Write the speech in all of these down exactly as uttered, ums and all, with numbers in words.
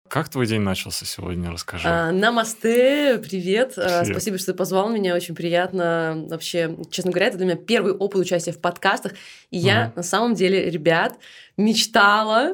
Как твой день начался сегодня? Расскажи. А, намасте, привет. Привет. Спасибо, что ты позвал меня. Очень приятно. Вообще, честно говоря, это для меня первый опыт участия в подкастах. И угу. я, на самом деле, ребят, мечтала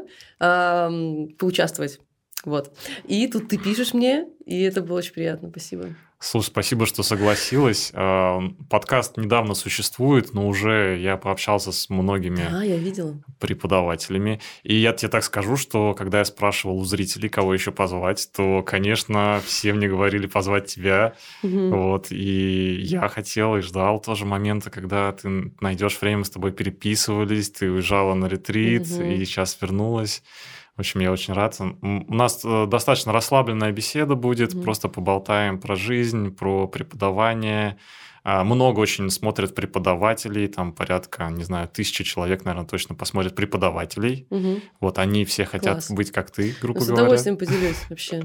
эм, поучаствовать. Вот. И тут ты пишешь мне, и это было очень приятно. Спасибо. Слушай, спасибо, что согласилась. Подкаст недавно существует, но уже я пообщался с многими а, я видела. преподавателями. И я тебе так скажу, что когда я спрашивал у зрителей, кого еще позвать, то, конечно, все мне говорили позвать тебя. Угу. Вот. И я хотел и ждал тоже момента, когда ты найдешь время, с тобой переписывались, ты уезжала на ретрит угу. и сейчас вернулась. В общем, я очень рад. У нас достаточно расслабленная беседа будет, mm-hmm. просто поболтаем про жизнь, про преподавание. Много очень смотрят преподавателей, там порядка, не знаю, тысячи человек, наверное, точно посмотрят преподавателей. Mm-hmm. Вот они все хотят Класс. Быть как ты, грубо говоря. С удовольствием поделюсь вообще.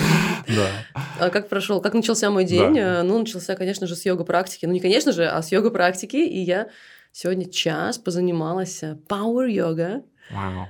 Да. А как прошел, как начался мой день? Ну, начался, конечно же, с йога-практики. Ну, не конечно же, а с йога-практики. И я сегодня час позанималась power-йога. Вау.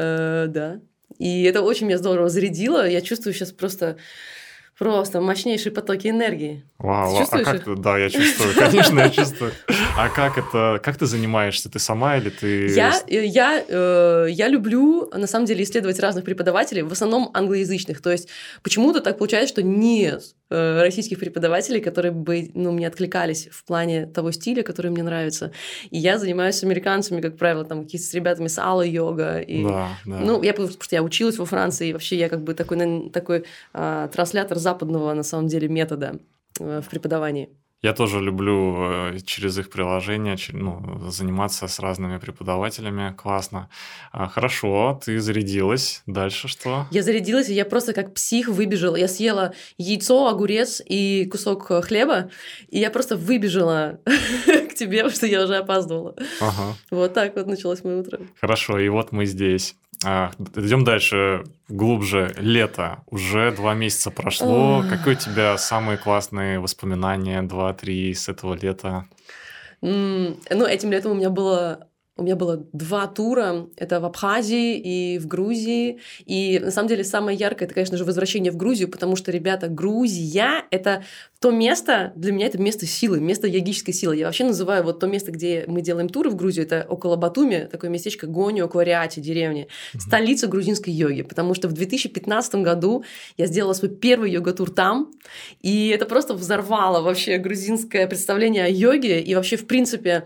Да. И это очень меня здорово зарядило. Я чувствую сейчас просто, просто мощнейшие потоки энергии. Вау, а как ты? Да, я чувствую, конечно, я чувствую. А как это, как ты занимаешься? Ты сама или ты... Я, я, э, я люблю, на самом деле, исследовать разных преподавателей, в основном англоязычных. То есть почему-то так получается, что нет э, российских преподавателей, которые бы ну, мне откликались в плане того стиля, который мне нравится. И я занимаюсь с американцами, как правило, там, какие-то с ребятами с алла-йога. И, да, да. Ну, я, потому что я училась во Франции, и вообще я как бы такой, такой э, транслятор западного, на самом деле, метода э, в преподавании. Я тоже люблю через их приложение ну, заниматься с разными преподавателями. Классно. Хорошо, ты зарядилась. Дальше что? Я зарядилась, и я просто как псих выбежала. Я съела яйцо, огурец и кусок хлеба, и я просто выбежала к тебе, потому что я уже опаздывала. Ага. Вот так вот началось мое утро. Хорошо, и вот мы здесь. Идем дальше, глубже. Лето. Уже два месяца прошло. Какие у тебя самые классные воспоминания, два-три с этого лета? Mm, ну, этим летом у меня было... У меня было два тура, это в Абхазии и в Грузии, и на самом деле самое яркое, это, конечно же, возвращение в Грузию, потому что, ребята, Грузия — это то место, для меня это место силы, место йогической силы. Я вообще называю вот то место, где мы делаем туры в Грузию, это около Батуми, такое местечко Гонио, Квариати, деревня, mm-hmm. столица грузинской йоги, потому что в две тысячи пятнадцатом году я сделала свой первый йога-тур там, и это просто взорвало вообще грузинское представление о йоге, и вообще, в принципе,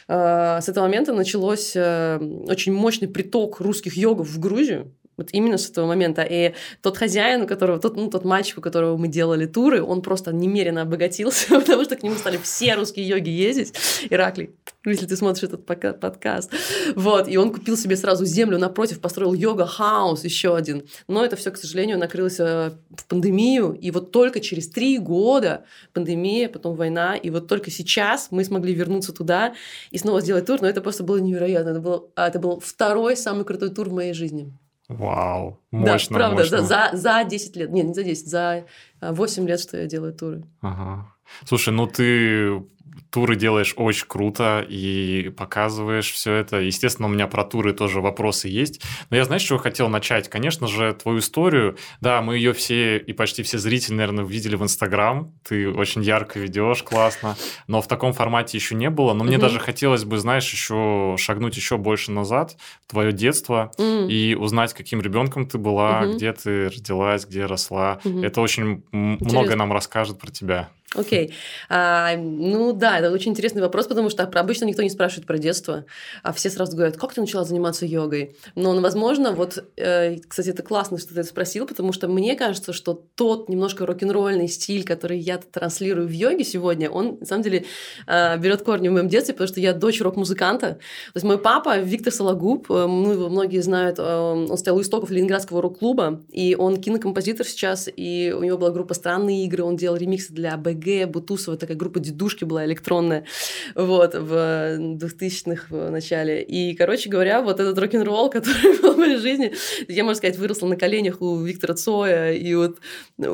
с этого момента началось очень мощный приток русских йогов в Грузию. Вот именно с этого момента. И тот хозяин, у которого, тот, ну, тот мальчик, у которого мы делали туры, он просто немерено обогатился, потому что к нему стали все русские йоги ездить. Ираклий, если ты смотришь этот подкаст. Вот. И он купил себе сразу землю напротив, построил йога-хаус еще один. Но это все, к сожалению, накрылось в пандемию. И вот только через три года пандемия, потом война, и вот только сейчас мы смогли вернуться туда и снова сделать тур. Но это просто было невероятно. Это был, это был второй самый крутой тур в моей жизни. Вау, мощно, да, правда, мощно. За, за десять лет, нет, не за десять, за восемь лет, что я делаю туры. Ага. Слушай, ну ты туры делаешь очень круто и показываешь все это. Естественно, у меня про туры тоже вопросы есть. Но я, знаешь, с чего хотел начать? Конечно же, твою историю, да, мы ее все и почти все зрители, наверное, видели в Инстаграм. Ты очень ярко ведешь, классно. Но в таком формате еще не было. Но мне угу. даже хотелось бы, знаешь, еще шагнуть еще больше назад в твое детство угу. и узнать, каким ребенком ты была, угу. где ты родилась, где росла. Угу. Это очень Интересно. Много нам расскажет про тебя. Окей. Okay. А, ну да, это очень интересный вопрос, потому что обычно никто не спрашивает про детство, а все сразу говорят, как ты начала заниматься йогой? Но, возможно, вот, э, кстати, это классно, что ты это спросил, потому что мне кажется, что тот немножко рок-н-ролльный стиль, который я транслирую в йоге сегодня, он, на самом деле, э, берет корни в моем детстве, потому что я дочь рок-музыканта. То есть мой папа, Виктор Сологуб, э, ну, его многие знают, э, он стоял у истоков Ленинградского рок-клуба, и он кинокомпозитор сейчас, и у него была группа «Странные игры», он делал ремиксы для БГ, Бутусова, такая группа «Дедушки» была электронная, вот, в двухтысячных в начале. И, короче говоря, вот этот рок-н-ролл, который был в моей жизни, я, можно сказать, выросла на коленях у Виктора Цоя и вот у,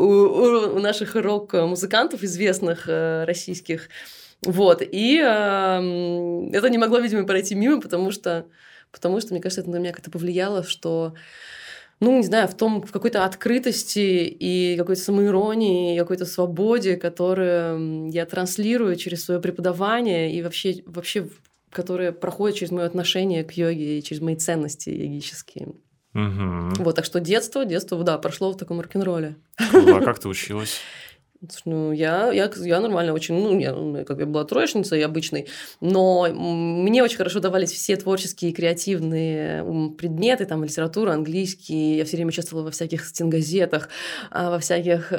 у наших рок-музыкантов известных российских. Вот, и э, это не могло, видимо, пройти мимо, потому что, потому что, мне кажется, это на меня как-то повлияло, что Ну, не знаю, в том, в какой-то открытости и какой-то самоиронии, и какой-то свободе, которую я транслирую через свое преподавание и вообще, вообще которая проходит через мое отношение к йоге и через мои ценности йогические. Угу. Вот, так что детство, детство, да, прошло в таком рок-н-ролле. А как ты училась? Ну, я, я, я нормально очень, ну, я, как я была троечницей обычной, но мне очень хорошо давались все творческие, креативные предметы, там, литература, английский, я все время участвовала во всяких стенгазетах, во всяких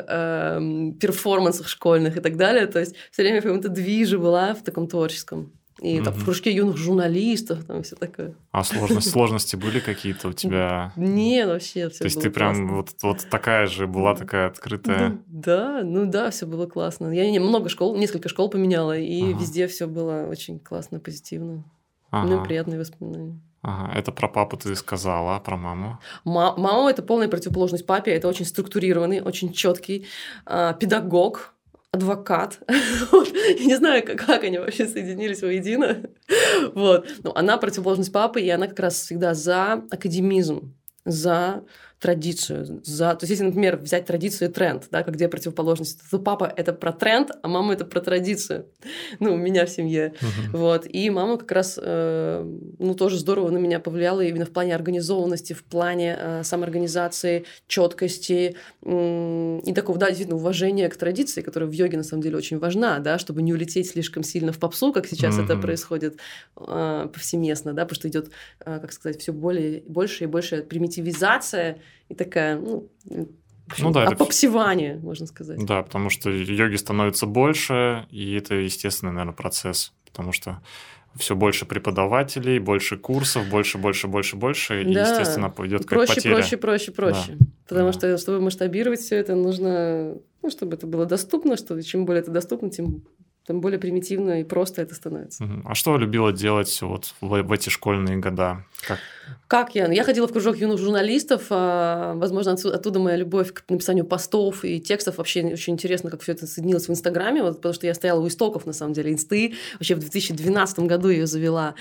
э, перформансах школьных и так далее, то есть все время в каком-то движе была в таком творческом. И mm-hmm. там в кружке юных журналистов, там все такое. А сложности, сложности были какие-то у тебя? Нет, вообще все. То есть было ты прям классно. вот, вот такая же была, такая открытая? Ну, да, ну да, все было классно. Я не, много школ, несколько школ поменяла, и ага. везде все было очень классно, позитивно. Ага. Ну и приятные воспоминания. Ага, это про папу ты сказала, а про маму? Ма- мама – это полная противоположность папе, это очень структурированный, очень четкий э, педагог, адвокат. Я не знаю, как, как они вообще соединились воедино. Вот. Но она противоположность папы, и она как раз всегда за академизм, за традицию. За... То есть, если, например, взять традицию и тренд, да, как где противоположность, то папа – это про тренд, а мама – это про традицию. Ну, у меня в семье. Uh-huh. Вот. И мама как раз, э, ну, тоже здорово на меня повлияла именно в плане организованности, в плане э, самоорганизации, четкости э, и такого, да, действительно, уважения к традиции, которая в йоге, на самом деле, очень важна, да, чтобы не улететь слишком сильно в попсу, как сейчас uh-huh. это происходит э, повсеместно, да, потому что идет, э, как сказать, все более, больше и больше примитивизация и такая, ну, в общем, ну да, опопсевание, это... можно сказать. Да, потому что йоги становится больше, и это естественный, наверное, процесс, потому что все больше преподавателей, больше курсов, больше, больше, больше, больше, да. И, естественно, пойдет как проще, потеря. Проще, проще, проще, да. Потому да. что, чтобы масштабировать все это, нужно, ну, чтобы это было доступно, что чем более это доступно, тем... тем более примитивно и просто это становится. А что любила делать вот в, в эти школьные года? Как? Как я? Я ходила в кружок юных журналистов. Возможно, оттуда моя любовь к написанию постов и текстов. Вообще очень интересно, как все это соединилось в Инстаграме, вот, потому что я стояла у истоков, на самом деле, Инсты. Вообще в две тысячи двенадцатом году ее завела.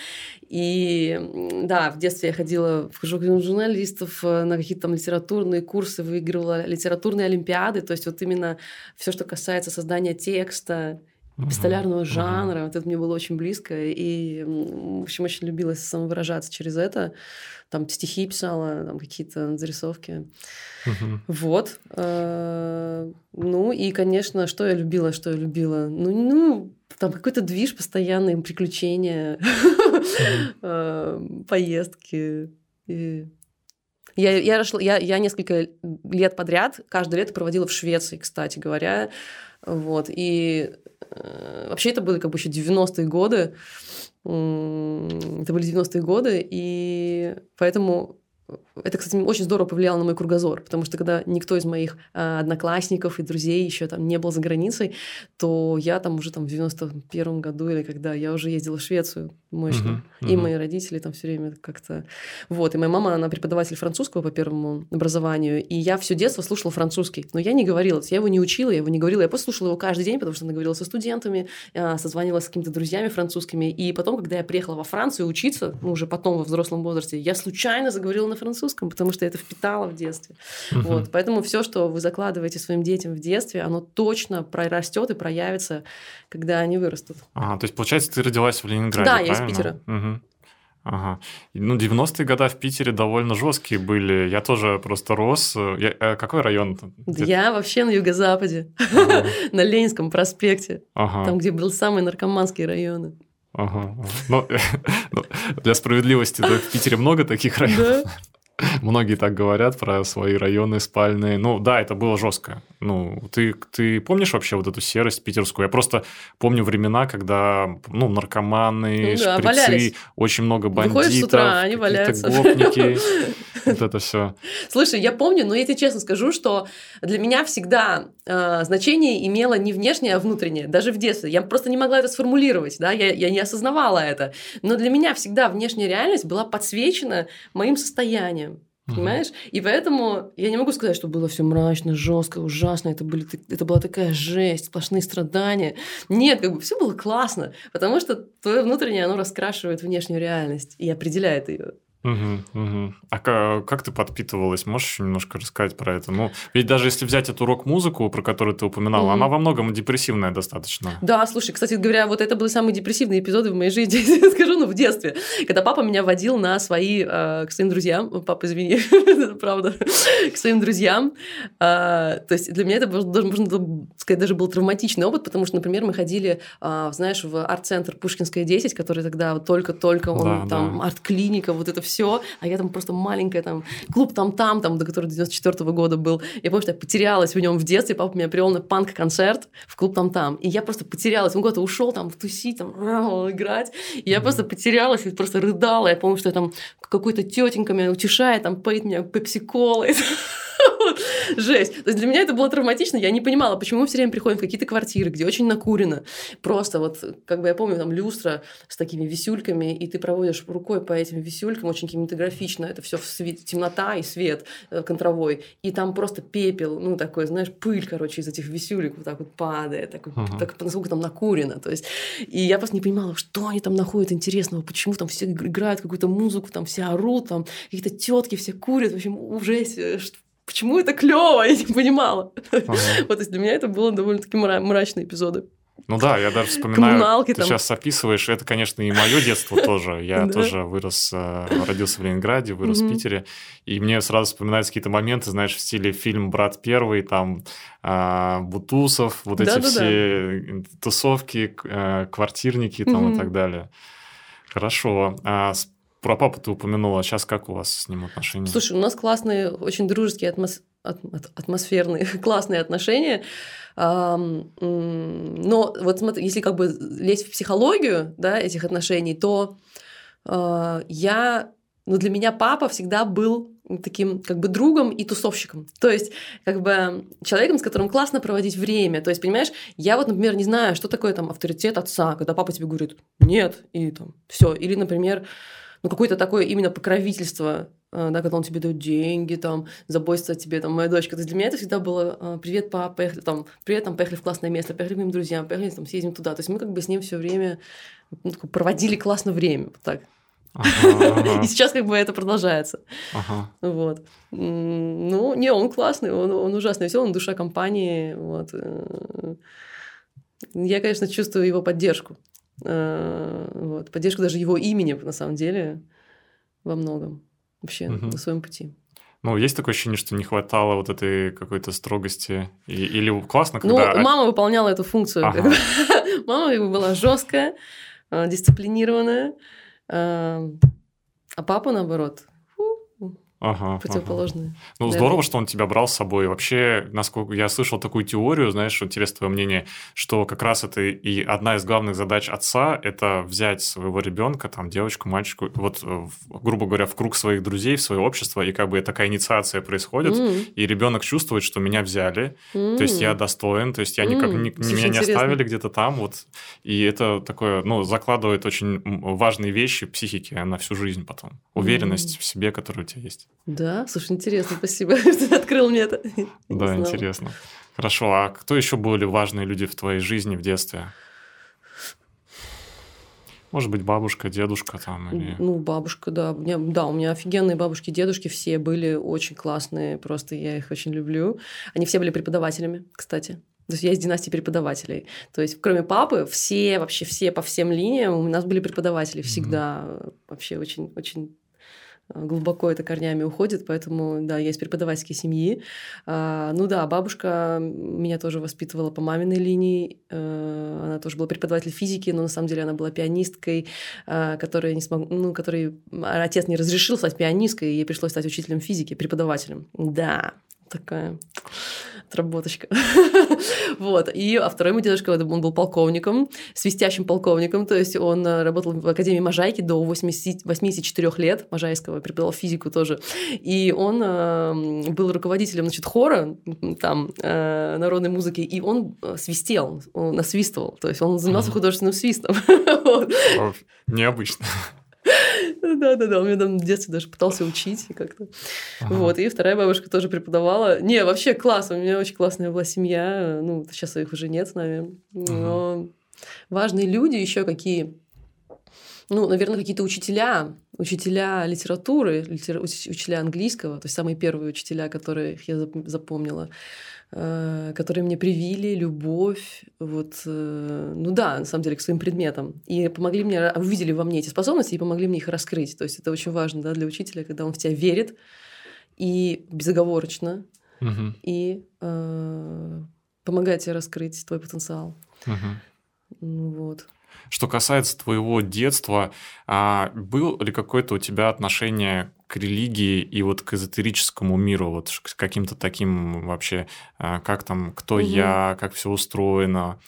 И да, в детстве я ходила в кружок юных журналистов на какие-то там литературные курсы, выигрывала литературные олимпиады. То есть вот именно все, что касается создания текста, эпистолярного uh-huh. жанра. Uh-huh. Вот это мне было очень близко. И, в общем, очень любила самовыражаться через это. Там стихи писала, там какие-то зарисовки. Uh-huh. Вот. Ну, и, конечно, что я любила, что я любила? Ну, ну там какой-то движ постоянный, приключения, uh-huh. поездки. И... Я, я, я, я несколько лет подряд, каждое лето проводила в Швеции, кстати говоря. Вот. И э, вообще это были как бы еще девяностые годы. Это были девяностые годы. И поэтому это, кстати, очень здорово повлияло на мой кругозор, потому что когда никто из моих э, одноклассников и друзей еще там не был за границей, то я там уже там в девяносто первом году или когда я уже ездила в Швецию мощно. Uh-huh, uh-huh. И мои родители там все время как-то... Вот. И моя мама, она преподаватель французского по первому образованию, и я все детство слушала французский. Но я не говорила, я его не учила, я его не говорила, я просто слушала его каждый день, потому что она говорила со студентами, созванивалась с какими-то друзьями французскими. И потом, когда я приехала во Францию учиться, ну, уже потом во взрослом возрасте, я случайно заговорила на французском, потому что я это впитала в детстве. Uh-huh. Вот. Поэтому все, что вы закладываете своим детям в детстве, оно точно прорастет и проявится, когда они вырастут. А, то есть, получается, ты родилась в Ленинграде, да, правильно? Я из Питера. Угу. Ага. Ну, девяностые годы в Питере довольно жесткие были. Я тоже просто рос. Я, а какой район? Да я вообще на юго-западе, ага. на Ленинском проспекте, ага. там, где был самые наркоманские районы. Ага. Ну, для справедливости, в Питере много таких районов. Многие так говорят про свои районы спальные. Ну, да, это было жестко. Ну, ты, ты помнишь вообще вот эту серость питерскую? Я просто помню времена, когда, ну, наркоманы, ну, да, шприцы, валялись. Очень много бандитов, выходишь с утра, они валяются. Гопники, вот это все. Слушай, я помню, но я тебе честно скажу, что для меня всегда э, значение имело не внешнее, а внутреннее. Даже в детстве. Я просто не могла это сформулировать, да, я, я не осознавала это. Но для меня всегда внешняя реальность была подсвечена моим состоянием. Понимаешь? Uh-huh. И поэтому я не могу сказать, что было все мрачно, жестко, ужасно. Это, были, это была такая жесть, сплошные страдания. Нет, как бы все было классно, потому что твое внутреннее, оно раскрашивает внешнюю реальность и определяет ее. Мгм, мгм. А ка- как ты подпитывалась? Можешь еще немножко рассказать про это? Ну, ведь даже если взять эту рок-музыку, про которую ты упоминала, она Мгм. во многом депрессивная достаточно. Да, слушай, кстати говоря, вот это были самые депрессивные эпизоды в моей жизни, если я скажу, ну, в детстве. Когда папа меня водил на свои, э, к своим друзьям, О, папа, извини, это правда, к своим друзьям. А, то есть для меня это был, даже, можно было сказать, даже был травматичный опыт, потому что, например, мы ходили, а, знаешь, в арт-центр Пушкинская десять, который тогда вот только-только, Да, он там, да. арт-клиника, вот это все, а я там просто маленькая, там, клуб там-там, там, до которого девяносто четвёртого года был. Я помню, что я потерялась в нем в детстве, папа меня привел на панк-концерт в клуб там-там, и я просто потерялась. Он куда-то ушел там тусить, там, играть, и я просто Мгм. потерялась и просто рыдала. Я помню, что я там какой-то тетенька меня утешает, там, поит меня пепси-колой. Вот. Жесть. То есть для меня это было травматично. Я не понимала, почему мы все время приходим в какие-то квартиры, где очень накурено. Просто вот, как бы я помню, там люстра с такими висюльками, и ты проводишь рукой по этим висюлькам очень кинематографично. Это все темнота и свет э, контровой. И там просто пепел, ну, такой, знаешь, пыль, короче, из этих висюлек вот так вот падает, так, Мгм. так, насколько там накурено. То есть, и я просто не понимала, что они там находят интересного, почему там все играют какую-то музыку, там все орут, там какие-то тетки все курят. В общем, ужас, почему это клево, я не понимала. Ага. Вот, то есть для меня это было довольно-таки мра- мрачные эпизоды. Ну да, я даже вспоминаю, Коммуналки ты там. сейчас описываешь, это, конечно, и мое детство тоже. Я Да. тоже вырос, э, родился в Ленинграде, вырос в Мгм. Питере, и мне сразу вспоминаются какие-то моменты, знаешь, в стиле фильм «Брат первый», там а, Бутусов, вот эти Да-да-да. все тусовки, к- э, квартирники там и так Мгм. далее. Хорошо. А с- про папу ты упомянула. Сейчас как у вас с ним отношения? Слушай, у нас классные, очень дружеские, атмос- от- от- атмосферные, классные отношения. Ам, м, Но вот смотри, если как бы лезть в психологию, да, этих отношений, то а, я, ну, для меня папа всегда был таким как бы другом и тусовщиком. То есть как бы человеком, с которым классно проводить время. То есть, понимаешь, я вот, например, не знаю, что такое там авторитет отца, когда папа тебе говорит «нет», и там все. Или, например, ну, какое-то такое именно покровительство, э, да, когда он тебе дает деньги, там, заботится о тебе, там, моя дочка. То есть для меня это всегда было э, «привет, папа, поехали, там, привет, там, поехали в классное место, поехали к моим друзьям, поехали, там, съездим туда». То есть мы как бы с ним все время ну, такое проводили классно время, вот так. Ага, ага, И сейчас как бы это продолжается. ага. Вот. М, Ну, не, он классный, он, он ужасно веселый, он душа компании. Вот. э. Я, конечно, чувствую его поддержку. Э, Вот. Поддержку даже его имени, на самом деле, во многом. Вообще на Мгм. своем пути. Ну, есть такое ощущение, что не хватало вот этой какой-то строгости? И- или классно, Ну, когда... от- мама выполняла эту функцию. как бы. Ага. Мама как бы была жесткая, э, дисциплинированная, э, а папа, наоборот, фу, Ага, ага. противоположная Ну, здорово, энергия. что он тебя брал с собой. Вообще, насколько я слышал такую теорию, знаешь, интересно твое мнение, что как раз это и одна из главных задач отца – это взять своего ребенка, там, девочку, мальчику, вот, э, в- грубо говоря, в круг своих друзей, в свое общество, и как бы такая инициация происходит, М, и ребенок чувствует, что меня взяли, то есть я м, достоин, то есть я никак, м. ни- ни- Слушай, меня не интересно. оставили где-то там, вот, и это такое, ну, закладывает очень м, важные вещи в психике на всю жизнь потом. Уверенность М. в себе, которая у тебя есть. Да, слушай, интересно, спасибо, что ты открыл мне это. Я не Да, знала. интересно. Хорошо, а кто еще были важные люди в твоей жизни в детстве? Может быть, бабушка, дедушка там М, или... Ну, бабушка, да. У меня, да, у меня офигенные бабушки, дедушки все были очень классные, просто я их очень люблю. Они все были преподавателями, кстати. То есть я из династии преподавателей. То есть кроме папы, все, вообще все по всем линиям у нас были преподаватели Мгм. всегда. Вообще очень, очень э, глубоко это корнями уходит, поэтому, да, я из преподавательской семьи. А, ну да, бабушка меня тоже воспитывала по маминой линии. Э, Она тоже была преподаватель физики, но на самом деле она была пианисткой, а, которая не смог... ну, которой отец не разрешил стать пианисткой, и ей пришлось стать учителем физики, преподавателем. Да, такая отработочка. Вот. И, а второй мой дедушка, это он был полковником, свистящим полковником, то есть он э, работал в Академии Можайки до восьмидесяти восьмидесяти четырёх лет, Можайского, преподавал физику тоже. И он э, был руководителем, значит, хора, м, там, э, народной музыки, и он э, свистел, он насвистывал, то есть он занимался Ага. художественным свистом. Вот. О, необычно. Да-да-да, он меня там в детстве даже пытался учить и как-то. Ага. Вот, и вторая бабушка тоже преподавала. Не, вообще классно, у меня очень классная была семья. Ну, сейчас их уже нет с нами. Мгм. Но важные люди еще какие. Ну, наверное, какие-то учителя, учителя литературы, литера... учителя английского, то есть самые первые учителя, которых я запомнила, которые мне привили любовь, вот, ну да, на самом деле, к своим предметам. И помогли мне, увидели во мне эти способности и помогли мне их раскрыть. То есть это очень важно, да, для учителя, когда он в тебя верит и безоговорочно, угу. и э, помогает тебе раскрыть твой потенциал. Угу. Вот. Что касается твоего детства, а было ли какое-то у тебя отношение к религии и вот к эзотерическому миру, вот к каким-то таким вообще, как там, кто угу. я, как все устроено?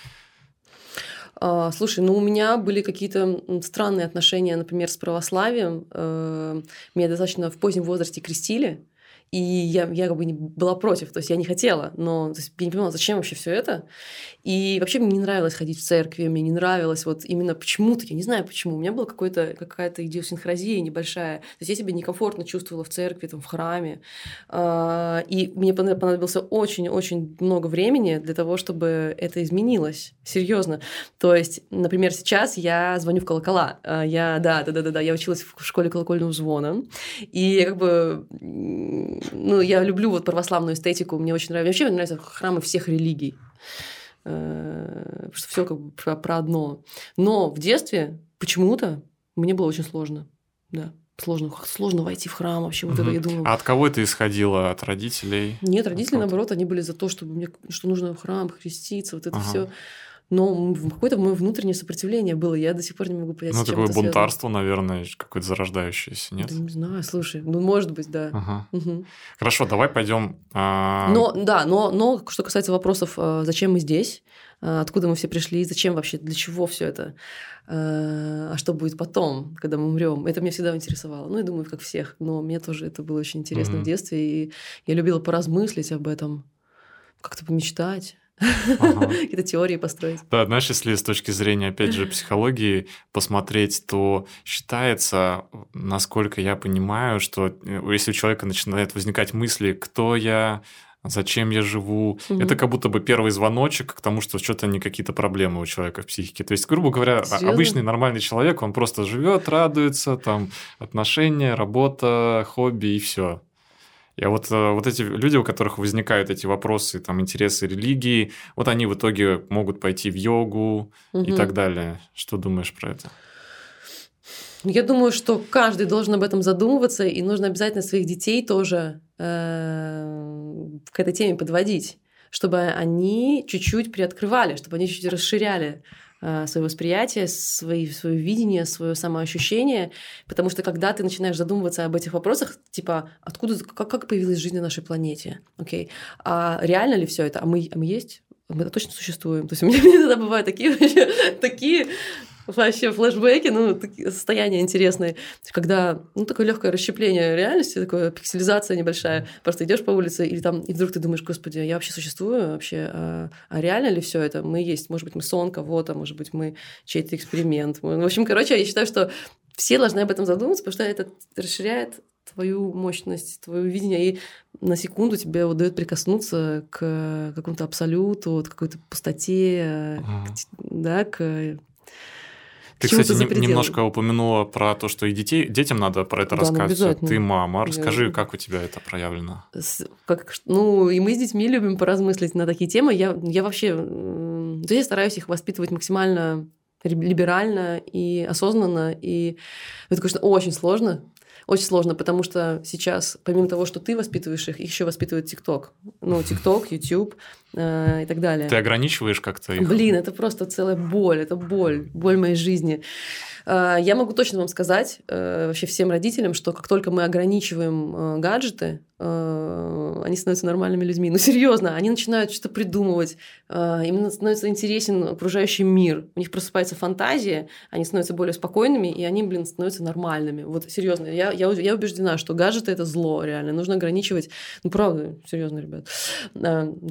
А, слушай, ну у меня были какие-то странные отношения, например, с православием. Меня достаточно в позднем возрасте крестили. И я, я как бы не была против, то есть я не хотела, но то есть, я не понимала, зачем вообще все это. И вообще мне не нравилось ходить в церкви, мне не нравилось вот именно почему-то, я не знаю почему, у меня была какая-то идиосинхразия небольшая, то есть я себя некомфортно чувствовала в церкви, там, в храме. И мне понадобилось очень-очень много времени для того, чтобы это изменилось, серьезно. То есть, например, сейчас я звоню в колокола, я, да, да, да, да, я училась в школе колокольного звона, и как бы... Ну, я люблю вот православную эстетику, мне очень нравится. Вообще мне нравятся храмы всех религий, потому что все как бы про, про одно. Но в детстве почему-то мне было очень сложно, да. Сложно, сложно войти в храм вообще. Вот угу. это я думала. А от кого это исходило? От родителей? Нет, родители, наоборот, они были за то, чтобы мне, что нужно в храм креститься, вот это ага. все. Но какое-то мое внутреннее сопротивление было. Я до сих пор не могу понять, ну, с чем такое это бунтарство, связано. наверное, какое-то зарождающееся, нет? Да не знаю, слушай, ну, может быть, да. Ага. Угу. Хорошо, давай пойдем. А... Но, да, но, но что касается вопросов, зачем мы здесь, откуда мы все пришли, зачем вообще, для чего все это, а что будет потом, когда мы умрем, это меня всегда интересовало. Ну, я думаю, как всех, но мне тоже это было очень интересно угу. в детстве, и я любила поразмыслить об этом, как-то помечтать. Ага. Какие-то теории построить. Да, знаешь, если с точки зрения, опять же, психологии посмотреть, то считается, насколько я понимаю, что если у человека начинают возникать мысли, кто я, зачем я живу, угу. это как будто бы первый звоночек к тому, что что-то не какие-то проблемы у человека в психике. То есть, грубо говоря, серьезно? Обычный нормальный человек, он просто живет, радуется, там отношения, работа, хобби и все. И вот, вот эти люди, у которых возникают эти вопросы, там, интересы религии, вот они в итоге могут пойти в йогу угу. и так далее. Что думаешь про это? Я думаю, что каждый должен об этом задумываться, и нужно обязательно своих детей тоже э, к этой теме подводить, чтобы они чуть-чуть приоткрывали, чтобы они чуть-чуть расширяли свое восприятие, свои, свое видение, свое самоощущение, потому что когда ты начинаешь задумываться об этих вопросах, типа, откуда, как, как появилась жизнь на нашей планете, окей, а реально ли все это, а мы, а мы есть, мы точно существуем, то есть у меня иногда бывают такие, такие вообще флешбеки, ну, такие состояния интересные, когда, ну, такое легкое расщепление реальности, такая пикселизация небольшая, просто идешь по улице, или там, и вдруг ты думаешь, господи, я вообще существую, вообще, а, а реально ли все это? Мы есть, может быть, мы сон кого-то, может быть, мы чей-то эксперимент. В общем, короче, я считаю, что все должны об этом задуматься, потому что это расширяет твою мощность, твое видение, и на секунду тебе вот дает прикоснуться к какому-то абсолюту, к какой-то пустоте, ага. к, да, к... Ты, кстати, не, немножко упомянула про то, что и детей, детям надо про это да, рассказывать. Ну, ты мама. Расскажи, я... как у тебя это проявлено? Как, ну, и мы с детьми любим поразмыслить на такие темы. Я, я вообще... То есть я стараюсь их воспитывать максимально либерально и осознанно. И это, конечно, очень сложно. Очень сложно, потому что сейчас, помимо того, что ты воспитываешь их, их еще воспитывает ТикТок. Ну, ТикТок, Ютуб э, и так далее. Ты ограничиваешь как-то их? Блин, это просто целая боль, это боль, боль моей жизни. Э, я могу точно вам сказать, э, вообще всем родителям, что как только мы ограничиваем э, гаджеты, э, они становятся нормальными людьми. Ну, серьезно, они начинают что-то придумывать, э, им становится интересен окружающий мир, у них просыпается фантазия, они становятся более спокойными, и они, блин, становятся нормальными. Вот, серьезно, я, я, я убеждена, что гаджеты – это зло, реально. Нужно ограничивать. Ну, правда, серьезно, ребят. А, да.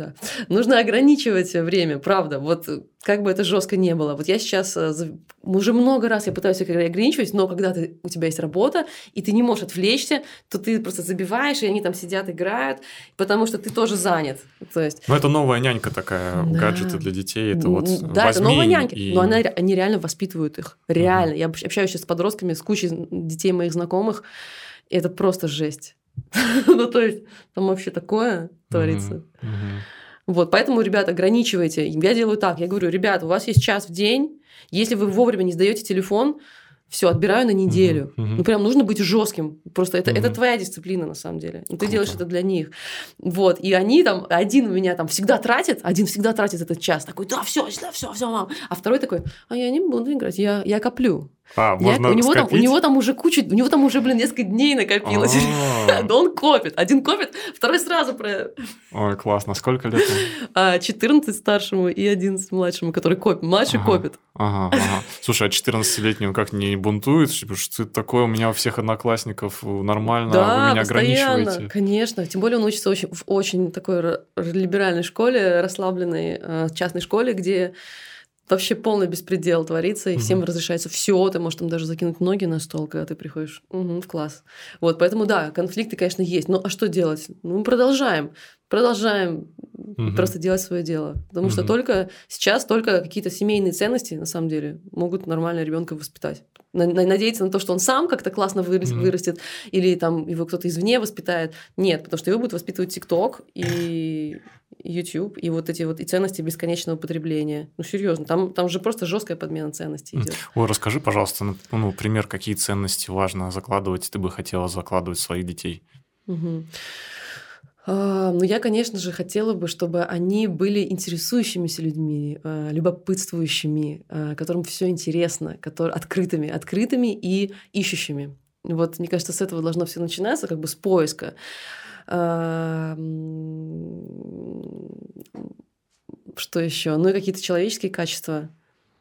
Нужно ограничивать время, правда. Вот как бы это жестко не было. Вот я сейчас уже много раз я пытаюсь их ограничивать, но когда ты, у тебя есть работа, и ты не можешь отвлечься, то ты просто забиваешь, и они там сидят, играют, потому что ты тоже занят. То есть... Ну, это новая нянька такая, да. гаджеты для детей. Это вот да, это новая нянька, и... но она, они реально воспитывают их. Реально. Uh-huh. Я общаюсь сейчас с подростками, с кучей детей моих знакомых, и это просто жесть. Ну, то есть, там вообще такое творится. Вот, поэтому, ребят, ограничивайте. Я делаю так, я говорю, ребят, у вас есть час в день, если вы вовремя не сдаете телефон, все, отбираю на неделю. Uh-huh, uh-huh. Ну, прям нужно быть жестким. Просто это, uh-huh. это твоя дисциплина, на самом деле. И ты Круто. Делаешь это для них. Вот. И они там, один у меня там всегда тратит, один всегда тратит этот час. Такой, да, все, да, все, все, мам. А второй такой, а я не буду играть, я, я коплю. А, можно я, у, него там, у него там уже куча, у него там уже, блин, несколько дней накопилось. Да он копит. Один копит, второй сразу про... Ой, классно. Сколько лет? четырнадцать старшему и одиннадцать младшему, который копит. Младший копит. Ага, ага. Слушай, а четырнадцатилетний как не бунтует? Что это такое? У меня у всех одноклассников нормально, да, вы меня постоянно, ограничиваете. Конечно. Тем более он учится очень, в очень такой либеральной школе, расслабленной частной школе, где... Вообще полный беспредел творится, и угу. всем разрешается все. Ты можешь там даже закинуть ноги на стол, когда ты приходишь угу, в класс. Вот, поэтому да, конфликты, конечно, есть. Но а что делать? Ну, продолжаем. Продолжаем угу. просто делать свое дело. Потому угу. что только сейчас только какие-то семейные ценности, на самом деле, могут нормально ребенка воспитать. Надеяться на то, что он сам как-то классно вырастет, mm-hmm. вырастет, или там его кто-то извне воспитает. Нет, потому что его будет воспитывать ТикТок и YouTube, и вот эти вот и ценности бесконечного потребления. Ну, серьезно, там, там же просто жесткая подмена ценностей идет. Ой, расскажи, пожалуйста, ну, ну, пример, какие ценности важно закладывать, ты бы хотела закладывать в своих детей? Угу. Ну, я, конечно же, хотела бы, чтобы они были интересующимися людьми, любопытствующими, которым все интересно, которые открытыми, открытыми и ищущими. Вот, мне кажется, с этого должно все начинаться, как бы с поиска. Что еще? Ну и какие-то человеческие качества.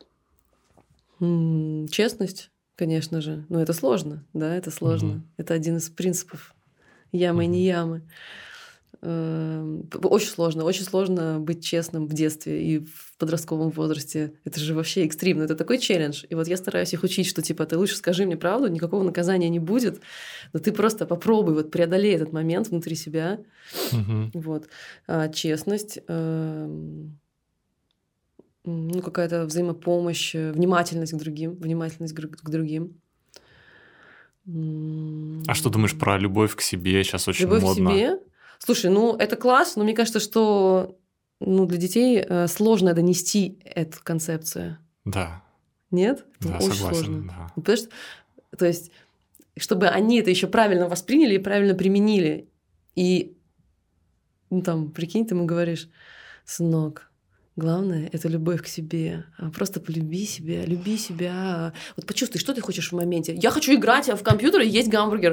Честность, конечно же. Но это сложно, да, это сложно. Mm-hmm. Это один из принципов ямы mm-hmm. и не ямы. Очень сложно, очень сложно быть честным в детстве и в подростковом возрасте. Это же вообще экстремно, это такой челлендж. И вот я стараюсь их учить, что типа ты лучше скажи мне правду, никакого наказания не будет, но ты просто попробуй, вот преодолей этот момент внутри себя. Угу. Вот. А, честность, ну, какая-то взаимопомощь, внимательность к другим, внимательность к другим. А что думаешь про любовь к себе? Сейчас очень любовь модно. Любовь к себе? Слушай, ну это класс, но мне кажется, что ну, для детей сложно донести эту концепцию. Да. Нет? Да, очень согласен, сложно. Да. Потому что, то есть, чтобы они это еще правильно восприняли и правильно применили. И ну, там, прикинь, ты ему говоришь, сынок, главное – это любовь к себе. Просто полюби себя, люби себя. Вот почувствуй, что ты хочешь в моменте. Я хочу играть в компьютер и есть гамбургер.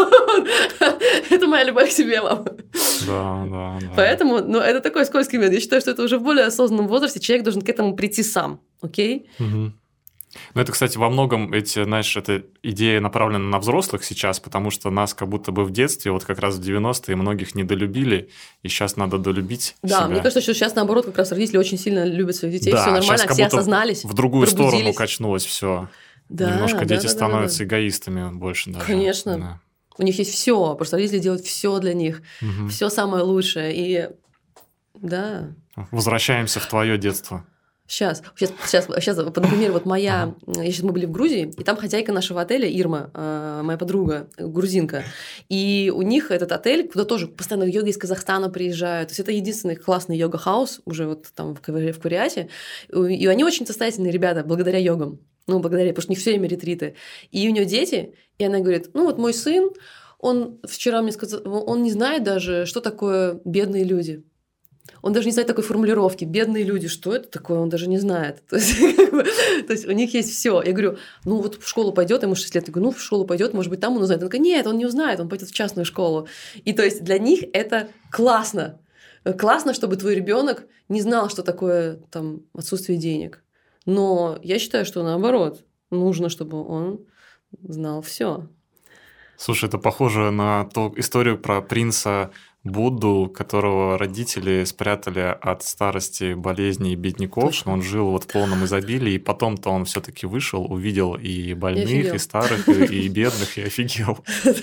Это моя любовь к себе, мама. Да, да, да. Поэтому, ну, это такой скользкий момент. Я считаю, что это уже в более осознанном возрасте человек должен к этому прийти сам. Окей? Угу. Ну, это, кстати, во многом эти, знаешь, эта идея направлена на взрослых сейчас, потому что нас как будто бы в детстве, вот как раз в девяностые, многих недолюбили, и сейчас надо долюбить да, себя. Да, мне кажется, что сейчас, наоборот, как раз родители очень сильно любят своих детей, да, все нормально, все осознались, в другую сторону качнулось все. Да, немножко да, дети да, становятся да, да. эгоистами больше даже. Конечно. Да. У них есть все, просто родители делают все для них, угу. все самое лучшее, и да. Возвращаемся в твое детство. Сейчас, сейчас, сейчас, сейчас, например, вот моя, сейчас мы были в Грузии, и там хозяйка нашего отеля Ирма, моя подруга, грузинка, и у них этот отель, куда тоже постоянно йоги из Казахстана приезжают, то есть это единственный классный йога-хаус уже вот там в Куряте, и они очень состоятельные ребята, благодаря йогам, ну, благодаря, потому что у них все время ретриты, и у нее дети, и она говорит, ну, вот мой сын, он вчера мне сказал, он не знает даже, что такое бедные люди. Он даже не знает такой формулировки. Бедные люди, что это такое, он даже не знает. То есть, как бы, то есть у них есть все. Я говорю, ну вот в школу пойдет, ему шесть лет. Я говорю, ну в школу пойдет, может быть, там он узнает. Он говорит, нет, он не узнает, он пойдет в частную школу. И то есть для них это классно. Классно, чтобы твой ребенок не знал, что такое там отсутствие денег. Но я считаю, что наоборот, нужно, чтобы он знал все. Слушай, это похоже на ту историю про принца Будду, которого родители спрятали от старости, болезней и бедняков. Точно. Он жил вот в полном изобилии, и потом-то он все-таки вышел, увидел и больных, офигел. и старых, и, и бедных, и офигел.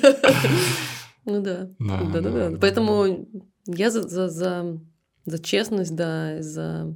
Ну да. Да, Да, да, да, да. Поэтому я за, за, за, за честность, да, за...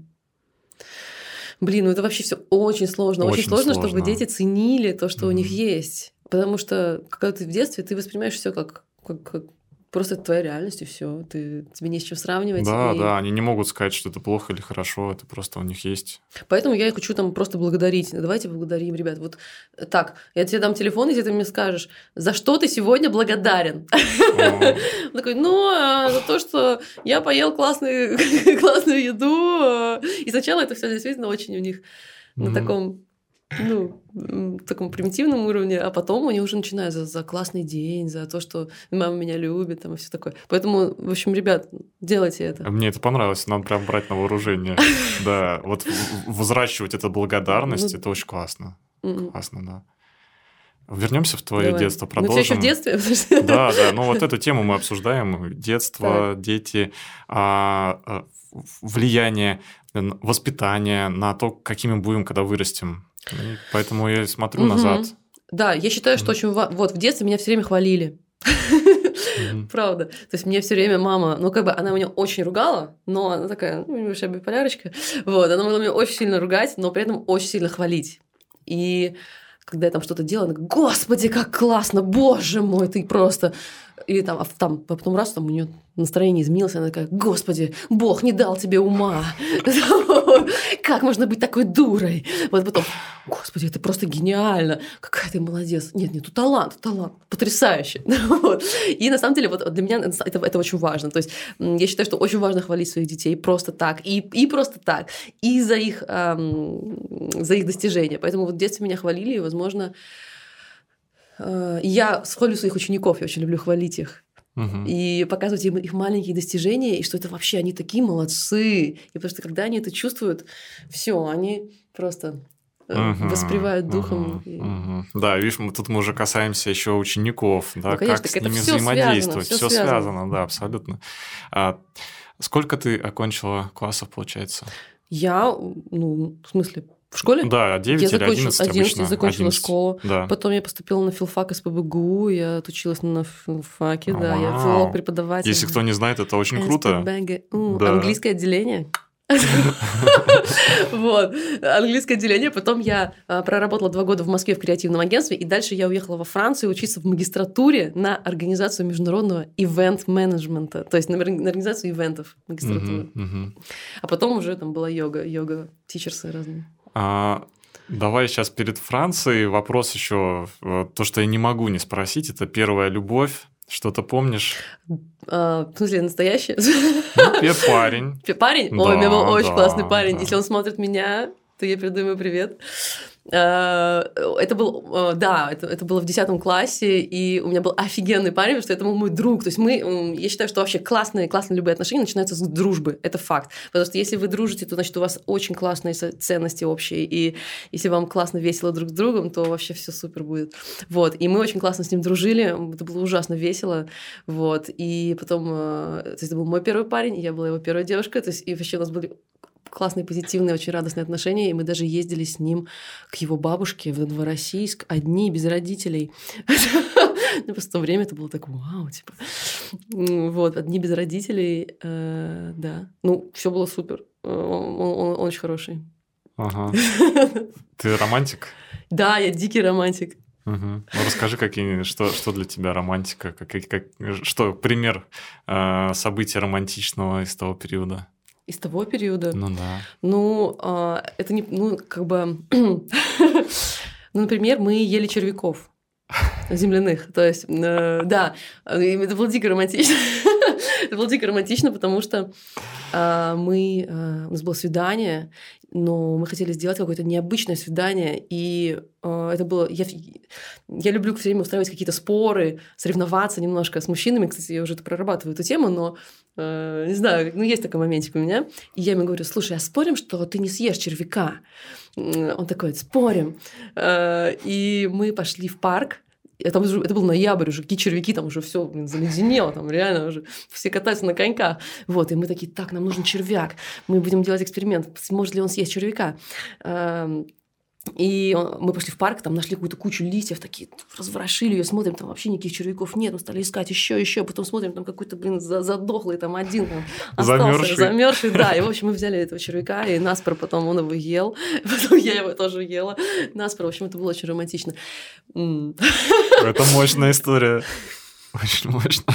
Блин, ну это вообще все очень сложно. Очень, Очень сложно, чтобы сложно. дети ценили то, что у них Мгм. есть. Потому что когда ты в детстве, ты воспринимаешь все как, как, как просто это твоя реальность, и все. Ты, тебе не с чем сравнивать. Да, и- да, они не могут сказать, что это плохо или хорошо, это просто у них есть. Поэтому я их хочу там просто благодарить. Давайте благодарим, ребят. Вот так, я тебе дам телефон, если ты мне скажешь, за что ты сегодня благодарен. О, Он такой, ну, а, за то, что я поел классную, классную еду. а». И сначала это все действительно очень у них на мгм. таком, ну, м, таком примитивном уровне, а потом они уже начинают за, за классный день, за то, что мама меня любит, там, и все такое. Поэтому, в общем, ребят, делайте это. Мне это понравилось, надо прям брать на вооружение. Да, вот в- в- взращивать эту благодарность, Ну, это очень классно. м, Классно, да. Вернемся в твое давай. детство, Мы все еще в продолжим. детстве? Да, да, ну вот эту тему мы обсуждаем. Детство, дети, а, а, в- влияние, н- воспитание на то, какими будем, когда вырастем. И поэтому я смотрю Мгм. назад. Да, я считаю, что Мгм. очень важно. Вот в детстве меня все время хвалили. Мгм. Правда. То есть мне все время мама, ну как бы она меня очень ругала, но она такая, ну, небольшая биполярочка. Вот, она могла меня очень сильно ругать, но при этом очень сильно хвалить. И когда я там что-то делала, она говорит, господи, как классно, боже мой, ты просто... Или там, а там потом раз, там у нее настроение изменилось, она такая, господи, Бог не дал тебе ума. Как можно быть такой дурой? Вот потом, господи, это просто гениально. Какая ты молодец. Нет, нет, тут талант, талант. Потрясающе. Вот. И на самом деле вот для меня это, это очень важно. То есть м, я считаю, что очень важно хвалить своих детей просто так. И, и просто так. И за их, ам, за их достижения. Поэтому вот в детстве меня хвалили, и, возможно, э, я хвалю своих учеников, я очень люблю хвалить их. Мгм. И показывать им их маленькие достижения, и что это вообще они такие молодцы. И потому что когда они это чувствуют, все, они просто э, Мгм. воспревают духом. Мгм. и- Мгм. Да, видишь, мы тут мы уже касаемся еще учеников, да, Ну, конечно, как с так это ними всё связано, взаимодействовать. всё Все связано. связано, да, абсолютно. А сколько ты окончила классов, получается? Я, ну, в смысле, в школе? Да, девять Я или закончила одиннадцать одиннадцать, обычно. я закончила одиннадцать. школу. Да. Потом я поступила на филфак эс пэ бэ гэ у, я отучилась на филфаке, да, я Вау. филолог-преподаватель. Если кто не знает, это очень круто. эс пэ бэ гэ у, Да. английское отделение. Вот, английское отделение. Потом я а, проработала два года в Москве в креативном агентстве, и дальше я уехала во Францию учиться в магистратуре на организацию международного ивент-менеджмента, то есть на ор- на организацию ивентов магистратуры. Мгм, мгм. А потом уже там была йога, йога-тичерсы разные. А, давай сейчас перед Францией вопрос еще. То, что я не могу не спросить, это первая любовь. Что-то помнишь? А, в смысле, настоящий? Ну, пе- парень. Парень? Да, Ой, у меня был очень да, классный парень. да. Если он смотрит меня, то я передаю ему привет. А, Это был, а, да, это, это было в десятом классе, и у меня был офигенный парень, потому что это был мой друг. То есть мы, м, я считаю, что вообще классные, классные любые отношения начинаются с дружбы. Это факт. Потому что если вы дружите, то значит у вас очень классные со- ценности общие. И если вам классно, весело друг с другом, то вообще все супер будет. Вот. И мы очень классно с ним дружили. Это было ужасно весело. Вот. И потом, э, то есть это был мой первый парень, и я была его первая девушка. То есть и вообще у нас были классные, позитивные, очень радостные отношения, и мы даже ездили с ним к его бабушке в Новороссийск, одни, без родителей. Ну, просто в то время это было так, вау, типа. М, Вот, одни без родителей, э, да. Ну, все было супер. Э, Он, он- он очень хороший. Ага. Ты романтик? Да, я дикий романтик. Мгм. Ну, расскажи, какие, что, что для тебя романтика? Как, как- как- что пример э, события романтичного из того периода? Из того периода. Ну да. Ну, а, это не, ну, как бы, ну, например, мы ели червяков земляных, то есть, э, да, и это было дико романтично, это было дико романтично, потому что а, мы, а, у нас было свидание, но мы хотели сделать какое-то необычное свидание, и а, это было, я, я люблю все время устраивать какие-то споры, соревноваться немножко с мужчинами, кстати, я уже это прорабатываю эту тему, но э, не знаю, ну есть такой моментик у меня, и я ему говорю, слушай, а спорим, что ты не съешь червяка? Он такой, спорим. Э, И мы пошли в парк, Это, это был ноябрь уже, какие червяки, там уже все заледенело, там реально уже все катаются на коньках. Вот, и мы такие, так, нам нужен червяк, мы будем делать эксперимент, сможет ли он съесть червяка. И мы пошли в парк, там нашли какую-то кучу листьев, такие разворошили ее, смотрим, там вообще никаких червяков нет, мы стали искать еще, еще, потом смотрим, там какой-то, блин, задохлый, там один там, остался, замерзший, да, и в общем мы взяли этого червяка, и наспор потом он его ел, потом я его тоже ела, наспор, в общем это было очень романтично. Это мощная история, очень мощно.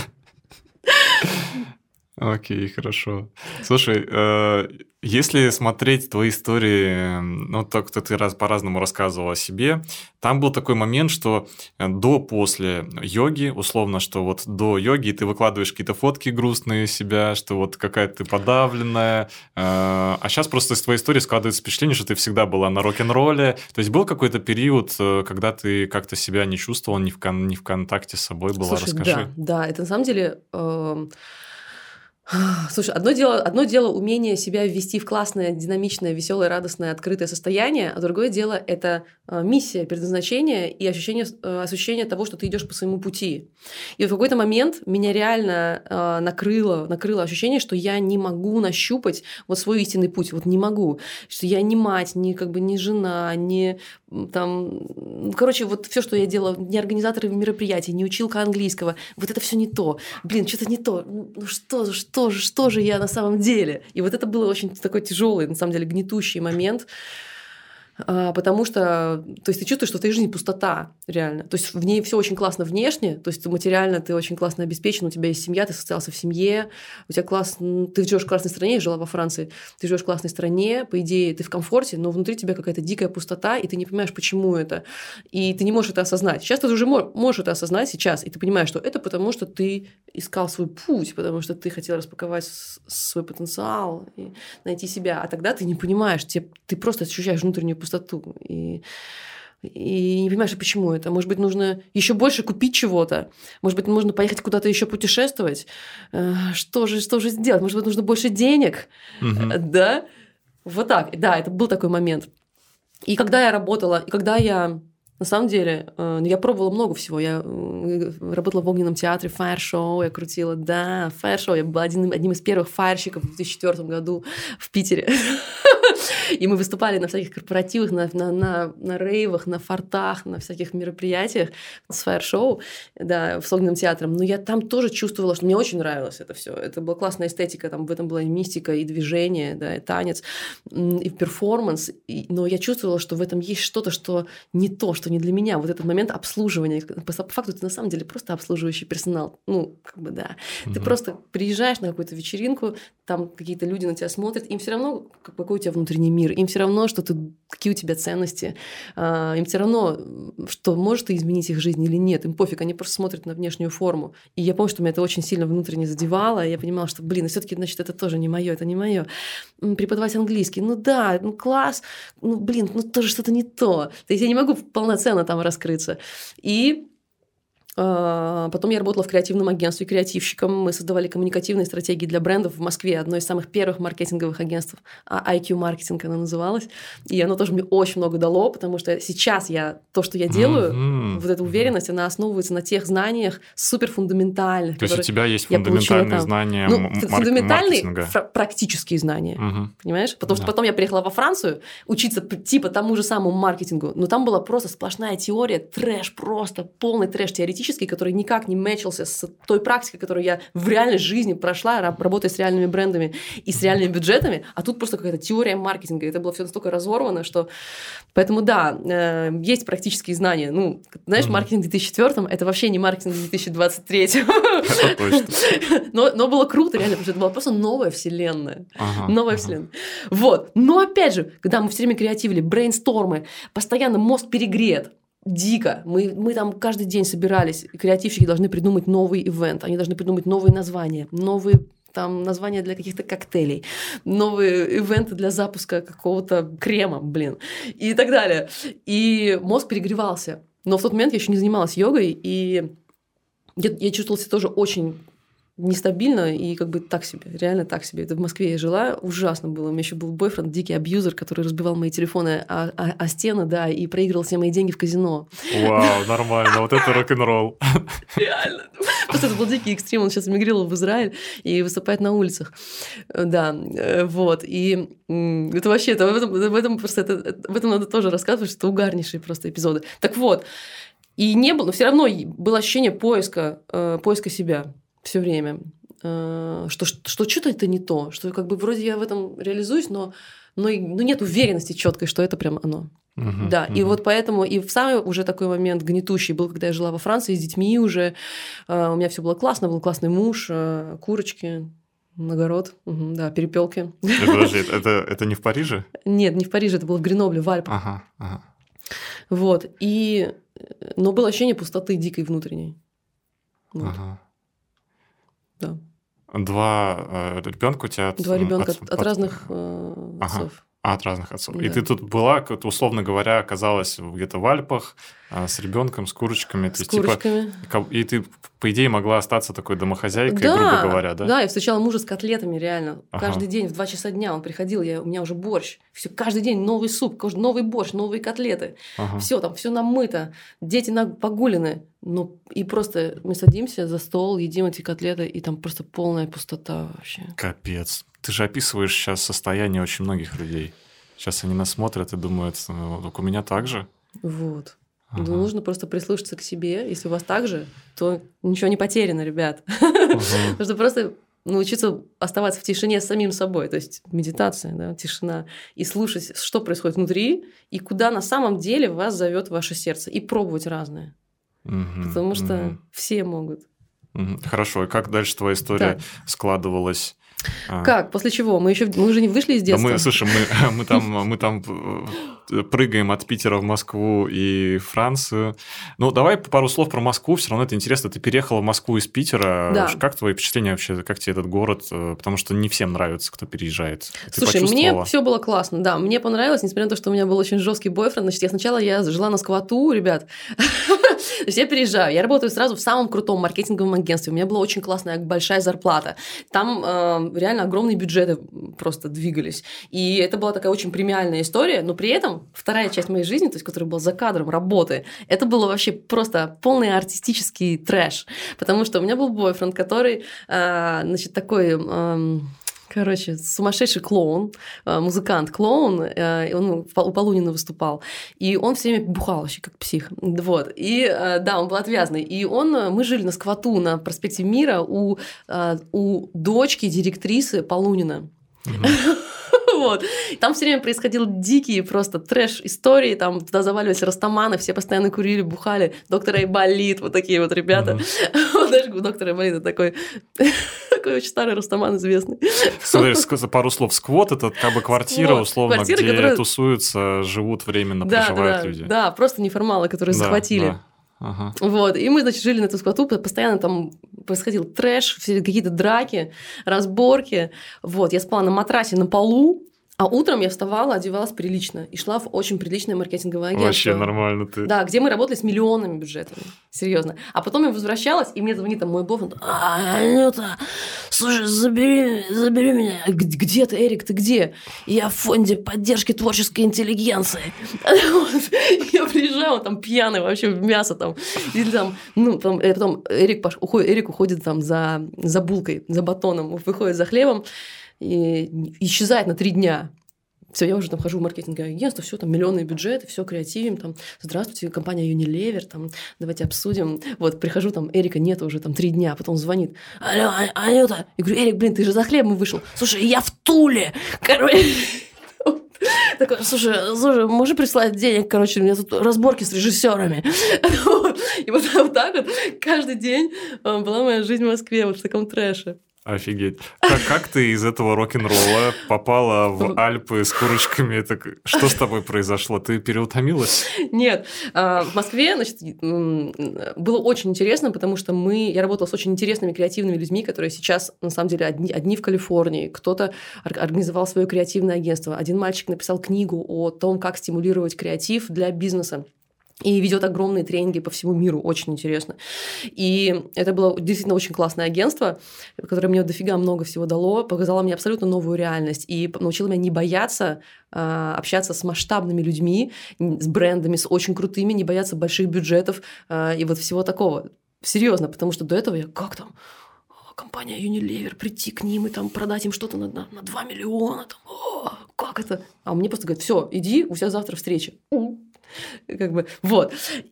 Окей, хорошо. Слушай, э, если смотреть твои истории, ну, так что ты раз по-разному рассказывал о себе, там был такой момент, что до-после йоги, условно, что вот до йоги ты выкладываешь какие-то фотки грустные себя, что вот какая-то ты подавленная, э, а сейчас просто из твоей истории складывается впечатление, что ты всегда была на рок-н-ролле. То есть был какой-то период, когда ты как-то себя не чувствовала, не в, кон- не в контакте с собой была? Слушай, Расскажи. Да, да, это на самом деле... Э- Слушай, одно дело, одно дело умение себя ввести в классное, динамичное, веселое, радостное, открытое состояние, а другое дело – это э, миссия, предназначение и ощущение, э, ощущение того, что ты идешь по своему пути. И в какой-то момент меня реально э, накрыло, накрыло ощущение, что я не могу нащупать вот свой истинный путь, вот не могу, что я не мать, не как бы не жена, не там, короче, вот все, что я делала, не организатор мероприятий, не училка английского, вот это все не то. Блин, что-то не то. Ну что, что же, что же я на самом деле? И вот это было очень такой тяжелый, на самом деле, гнетущий момент. Потому что, то есть ты чувствуешь, что в твоей жизни пустота, реально. То есть в ней все очень классно внешне, то есть материально ты очень классно обеспечен, у тебя есть семья, ты состоялся в семье, у тебя класс, ты живешь в классной стране, я жила во Франции, ты живешь в классной стране, по идее ты в комфорте, но внутри тебя какая-то дикая пустота, и ты не понимаешь, почему это, и ты не можешь это осознать. Сейчас ты уже можешь это осознать сейчас, и ты понимаешь, что это потому, что ты искал свой путь, потому что ты хотел распаковать свой потенциал и найти себя, а тогда ты не понимаешь, ты, ты просто ощущаешь внутреннюю пустоту. И, и не понимаешь, почему это. Может быть, нужно еще больше купить чего-то. Может быть, нужно поехать куда-то еще путешествовать. Что же, что же сделать? Может быть, нужно больше денег? Угу. Да? Вот так. Да, это был такой момент. И когда я работала, и когда я... На самом деле, я пробовала много всего. Я работала в огненном театре, фаер-шоу я крутила. Да, фаер-шоу. Я была один, одним из первых фаерщиков в две тысячи четвёртом году в Питере. И мы выступали на всяких корпоративах, на, на, на, на рейвах, на фортах, на всяких мероприятиях с фаер-шоу, да, с огненным театром. Но я там тоже чувствовала, что мне очень нравилось это все. Это была классная эстетика, там в этом была и мистика, и движение, да, и танец, и перформанс. И, но я чувствовала, что в этом есть что-то, что не то, что не для меня. Вот этот момент обслуживания. По факту ты на самом деле просто обслуживающий персонал. Ну, как бы да. Mm-hmm. Ты просто приезжаешь на какую-то вечеринку, там какие-то люди на тебя смотрят, им все равно, какой у тебя внутренний мир, им все равно, что ты, какие у тебя ценности, им все равно, что можешь ты изменить их жизнь или нет, им пофиг, они просто смотрят на внешнюю форму. И я помню, что меня это очень сильно внутренне задевало, и я понимала, что, блин, все-таки, значит, это тоже не мое, это не мое. Преподавать английский, ну да, ну класс, ну блин, ну тоже что-то не то. То есть я не могу полноценно там раскрыться. И потом я работала в креативном агентстве креативщиком. Мы создавали коммуникативные стратегии для брендов в Москве. Одно из самых первых маркетинговых агентств. ай кью маркетинг оно называлось. И оно тоже мне очень много дало, потому что сейчас я то, что я делаю, mm-hmm. вот эта уверенность, она основывается на тех знаниях суперфундаментальных. То есть у тебя есть фундаментальные знания ну, м- фундаментальные маркетинга? Фр- практические знания. Mm-hmm. Понимаешь? Потому что yeah. потом я приехала во Францию учиться типа тому же самому маркетингу. Но там была просто сплошная теория, трэш, просто полный трэш теоретический, который никак не мэчился с той практикой, которую я в реальной жизни прошла, работая с реальными брендами и с реальными бюджетами, а тут просто какая-то теория маркетинга. Это было все настолько разорвано, что... Поэтому да, э, есть практические знания. Ну, знаешь, mm-hmm. маркетинг в две тысячи четвёртом это вообще не маркетинг в две тысячи двадцать третьем. Это точно. Но, но было круто, реально, потому что это была просто новая вселенная. Ага, новая ага. вселенная. Вот. Но опять же, когда мы все время креативили, брейнстормы, постоянно мозг перегрет, дико. Мы, мы там каждый день собирались, креативщики должны придумать новый ивент, они должны придумать новые названия, новые там названия для каких-то коктейлей, новые ивенты для запуска какого-то крема, блин, и так далее. И мозг перегревался. Но в тот момент я еще не занималась йогой, и я, я чувствовала себя тоже очень нестабильно и как бы так себе, реально так себе. Это в Москве я жила, ужасно было. У меня еще был бойфренд, дикий абьюзер, который разбивал мои телефоны о, о, о стены, да, и проигрывал все мои деньги в казино. Вау, нормально, вот это рок-н-ролл. Реально. Просто это был дикий экстрим, он сейчас эмигрировал в Израиль и выступает на улицах. Да, вот. И это вообще, это, в, этом, в, этом просто, это, в этом надо тоже рассказывать, что это угарнейшие просто эпизоды. Так вот, и не было, но все равно было ощущение поиска, э, поиска себя все время, э, что, что, что что-то это не то, что как бы вроде я в этом реализуюсь, но, но, но нет уверенности четкой, что это прям оно. Uh-huh, да, uh-huh. И вот поэтому и в самый уже такой момент гнетущий был, когда я жила во Франции с детьми уже, э, у меня все было классно, был классный муж, э, курочки, огород, угу, да, перепелки. Подожди, это, это не в Париже? Нет, не в Париже, это было в Гренобле, в Альпах. Ага, ага. Вот, и... Но было ощущение пустоты дикой внутренней. Вот. Ага. Да. Два э, ребенка у тебя от... Два ребенка от, от, от разных э, ага. отцов. А, от разных отцов. Да. И ты тут была, условно говоря, оказалась где-то в Альпах с ребенком, с курочками. С курочками. Типа, и ты, по идее, могла остаться такой домохозяйкой, да, грубо говоря, да? Да, я встречала мужа с котлетами, реально. Ага. Каждый день в два часа дня он приходил, я, у меня уже борщ. Все, каждый день новый суп, новый борщ, новые котлеты. Ага. Все там, все намыто. Дети погулены. Ну, и просто мы садимся за стол, едим эти котлеты, и там просто полная пустота вообще. Капец. Ты же описываешь сейчас состояние очень многих людей. Сейчас они нас смотрят и думают, ну, у меня так же. Вот. Ага. Ну, нужно просто прислушаться к себе. Если у вас так же, то ничего не потеряно, ребят. Ага. Нужно просто научиться оставаться в тишине с самим собой. То есть медитация, да, тишина. И слушать, что происходит внутри, и куда на самом деле вас зовет ваше сердце. И пробовать разное. Угу. Потому что угу. все могут. Угу. Хорошо. И как дальше твоя история так. складывалась? Как? После чего? Мы еще мы уже не вышли из детства. Да мы, слушай, мы, мы, там, мы там прыгаем от Питера в Москву и Францию. Ну, давай пару слов про Москву. Все равно это интересно. Ты переехала в Москву из Питера. Да. Как твои впечатления вообще? Как тебе этот город? Потому что не всем нравится, кто переезжает. Ты Слушай, мне все было классно. Да, мне понравилось, несмотря на то, что у меня был очень жесткий бойфренд. Значит, я сначала я жила на сквоту, ребят. То есть я переезжаю. Я работаю сразу в самом крутом маркетинговом агентстве. У меня была очень классная большая зарплата. Там э, реально огромные бюджеты просто двигались. И это была такая очень премиальная история. Но при этом вторая часть моей жизни, то есть, которая была за кадром работы, это было вообще просто полный артистический трэш. Потому что у меня был бойфренд, который, э, значит, такой... Э, Короче, сумасшедший клоун, музыкант-клоун, он у Полунина выступал, и он все время бухал вообще как псих, вот, и да, он был отвязный, и он, мы жили на сквоту на проспекте Мира у, у дочки директрисы Полунина. Вот. Там все время происходили дикие просто трэш-истории, там туда заваливались растаманы, все постоянно курили, бухали, доктор Айболит, вот такие вот ребята. Uh-huh. Вот, знаешь, доктор Айболит такой, такой очень старый растаман известный. Смотри, пару слов. Сквот – это как бы квартира, сквот. условно, квартира, где которая... тусуются, живут временно, да, проживают да, люди. Да, просто неформалы, которые да, захватили. Да. Ага. Вот, и мы, значит, жили на эту сквоту, постоянно там происходил трэш, какие-то драки, разборки. Вот, я спала на матрасе на полу, а утром я вставала, одевалась прилично и шла в очень приличное маркетинговое агентство. Вообще нормально ты. Да, где мы работали с миллионными бюджетами. Серьезно. А потом я возвращалась, и мне звонит там мой бойфренд. А, Анюта, слушай, забери, забери меня. Где ты, Эрик, ты где? Я в фонде поддержки творческой интеллигенции. Я приезжала там пьяный вообще в мясо там. Или там, ну, потом, потом Эрик, уходит, Эрик уходит там за, за булкой, за батоном, выходит за хлебом. И исчезает на три дня. Все, я уже там хожу в маркетинговое агентство, все там миллионные бюджеты, все креативим, там, здравствуйте, компания Unilever, там, давайте обсудим. Вот, прихожу, там, Эрика нет уже там три дня, потом звонит. Алло, Анюта. Я говорю, Эрик, блин, ты же за хлебом вышел. Слушай, я в Туле. Короче, такой, слушай, слушай, можешь прислать денег, короче, у меня тут разборки с режиссерами. И вот так вот каждый день была моя жизнь в Москве, вот в таком трэше. Офигеть. Как, как ты из этого рок-н-ролла попала в Альпы с курочками? Это, что с тобой произошло? Ты переутомилась? Нет. В Москве, значит, было очень интересно, потому что мы, я работала с очень интересными креативными людьми, которые сейчас, на самом деле, одни, одни в Калифорнии. Кто-то организовал свое креативное агентство. Один мальчик написал книгу о том, как стимулировать креатив для бизнеса. И ведет огромные тренинги по всему миру, очень интересно. И это было действительно очень классное агентство, которое мне дофига много всего дало, показало мне абсолютно новую реальность и научило меня не бояться а, общаться с масштабными людьми, с брендами, с очень крутыми, не бояться больших бюджетов а, и вот всего такого. Серьезно, потому что до этого я как там... компания Unilever, прийти к ним и там продать им что-то на, на, на два миллиона. Там, о, как это? А мне просто говорят, все, иди, у тебя завтра встреча. Как бы, вот.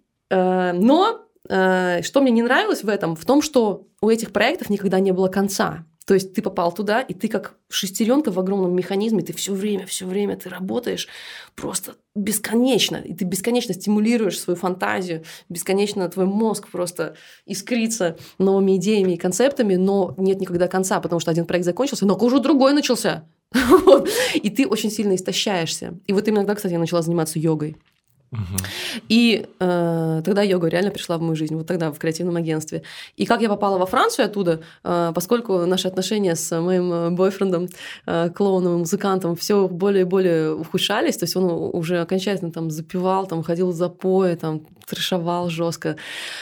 Но что мне не нравилось в этом, в том, что у этих проектов никогда не было конца. То есть ты попал туда, и ты как шестеренка в огромном механизме, ты все время, все время ты работаешь просто бесконечно, и ты бесконечно стимулируешь свою фантазию, бесконечно твой мозг просто искрится новыми идеями и концептами, но нет никогда конца, потому что один проект закончился, но уже другой начался. И ты очень сильно истощаешься. И вот именно тогда, кстати, я начала заниматься йогой. Угу. И э, тогда йога реально пришла в мою жизнь, вот тогда в креативном агентстве. И как я попала во Францию оттуда, э, поскольку наши отношения с моим бойфрендом, э, клоуном и музыкантом все более и более ухудшались, то есть он уже окончательно там запивал, там ходил в запои, там трэшовал жестко.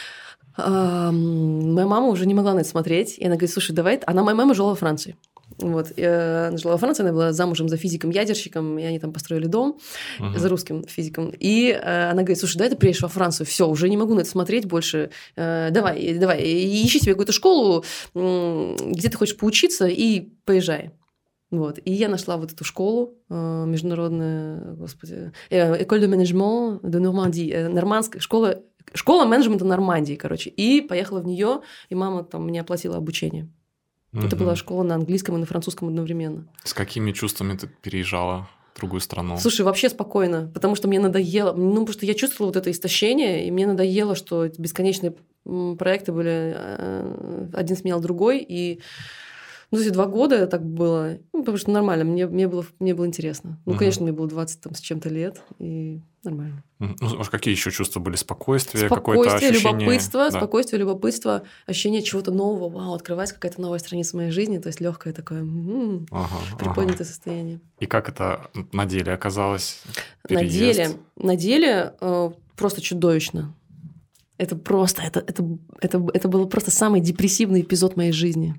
Э, моя мама уже не могла на это смотреть, и она говорит, слушай, давай... Она, моя мама жила во Франции. Вот. Она жила во Франции, она была замужем за физиком-ядерщиком, и они там построили дом uh-huh. за русским физиком. И э, она говорит, слушай, давай ты приедешь во Францию, все, уже не могу на это смотреть больше, э, давай, давай, ищи себе какую-то школу, э, где ты хочешь поучиться, и поезжай. Вот. И я нашла вот эту школу э, международную, господи, École de Management de Normandie, э, нормандская школа, школа менеджмента Нормандии, короче. И поехала в нее, и мама там мне оплатила обучение. Это угу. была школа на английском и на французском одновременно. С какими чувствами ты переезжала в другую страну? Слушай, вообще спокойно, потому что мне надоело, ну, потому что я чувствовала вот это истощение, и мне надоело, что бесконечные проекты были, один сменял другой, и ну, эти два года так было, ну, потому что нормально, мне, мне, было, мне было интересно. Ну, угу. конечно, мне было двадцать там, с чем-то лет, и нормально. Ну, какие еще чувства были? Спокойствие, Спокойствие, какое-то ощущение? Любопытство, да. спокойствие, любопытство, ощущение чего-то нового. Вау, открывается какая-то новая страница моей жизни, то есть легкое такое м-м, ага, приподнятое ага. состояние. И как это на деле оказалось? Переезд? На деле, на деле э, просто чудовищно. Это просто, это, это, это, это был просто самый депрессивный эпизод моей жизни.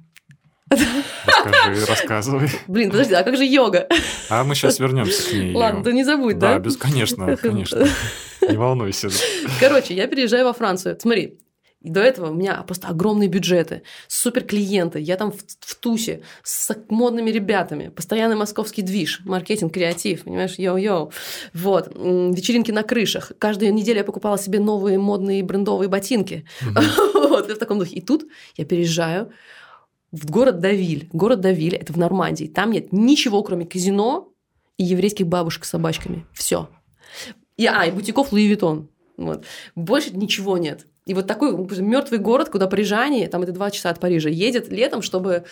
Расскажи, рассказывай. Блин, подожди, а как же йога? А мы сейчас вернемся к ней. Ладно, ты не забудь, да? Да, без, конечно, конечно. Не волнуйся. Короче, я переезжаю во Францию. Смотри, до этого у меня просто огромные бюджеты, супер клиенты, я там в, в тусе с модными ребятами, постоянный московский движ, маркетинг, креатив, понимаешь, йоу-йоу. Вот, вечеринки на крышах. Каждую неделю я покупала себе новые модные брендовые ботинки. Mm-hmm. Вот, в таком духе. И тут я переезжаю в город Давиль. Город Давиль – это в Нормандии. Там нет ничего, кроме казино и еврейских бабушек с собачками. Все. И, а, и бутиков Луи Виттон. Вот. Больше ничего нет. И вот такой мертвый город, куда парижане, там это два часа от Парижа, едет летом, чтобы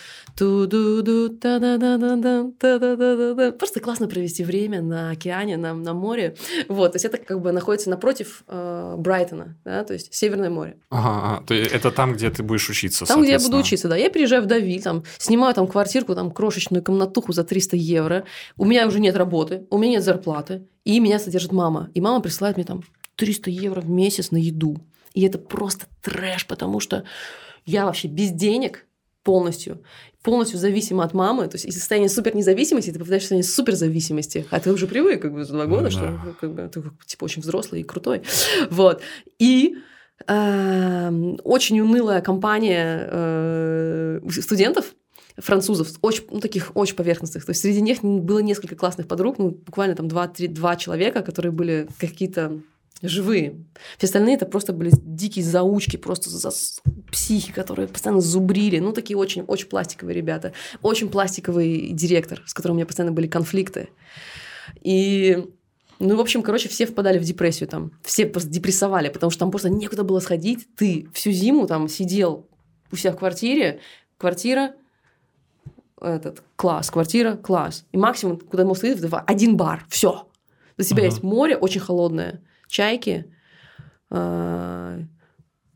просто классно провести время на океане, на, на море. Вот, то есть это как бы находится напротив э, Брайтона, да, то есть Северное море. Ага, ага, то есть это там, где ты будешь учиться, Там, где я буду учиться, да. Я приезжаю в Давиль, там, снимаю там квартирку, там крошечную комнатуху за триста евро. У меня уже нет работы, у меня нет зарплаты, и меня содержит мама. И мама присылает мне там триста евро в месяц на еду. И это просто трэш, потому что я вообще без денег полностью, полностью зависима от мамы. То есть из состояния супернезависимости ты попадаешь в состояние суперзависимости. А ты уже привык как бы за два года, да. что как бы, ты типа очень взрослый и крутой. Вот. И э, очень унылая компания э, студентов, французов, очень, ну, таких очень поверхностных. То есть среди них было несколько классных подруг, ну, буквально там два-три человека, которые были какие-то живые. Все остальные это просто были дикие заучки, просто за психи, которые постоянно зубрили. Ну, такие очень, очень пластиковые ребята. Очень пластиковый директор, с которым у меня постоянно были конфликты. И, ну, в общем, короче, все впадали в депрессию там. Все просто депрессовали, потому что там просто некуда было сходить. Ты всю зиму там сидел у себя в квартире. Квартира, этот, класс, квартира, класс. И максимум, куда мог сходить, один бар. Все. У тебя uh-huh. есть море очень холодное, чайки, э,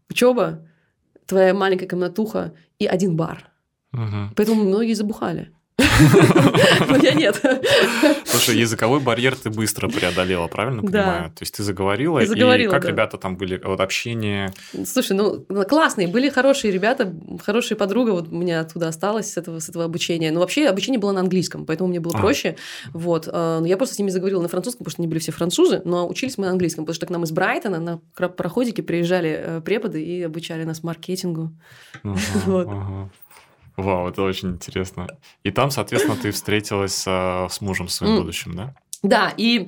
учеба, твоя маленькая комнатуха и один бар. Угу. Поэтому многие забухали. Но я нет. Слушай, языковой барьер ты быстро преодолела, правильно понимаю? Да. То есть ты заговорила, Я заговорила, и как да. ребята там были, вот общение? Слушай, ну классные, были хорошие ребята, хорошая подруга вот у меня оттуда осталась с этого, с этого обучения. Но вообще обучение было на английском, поэтому мне было А. проще. Вот. Но я просто с ними заговорила на французском, потому что они были все французы, но учились мы на английском, потому что к нам из Брайтона на пароходике приезжали преподы и обучали нас маркетингу. Ага, Вот. ага. Вау, это очень интересно. И там, соответственно, ты встретилась а, с мужем своим М. будущим, да? Да, и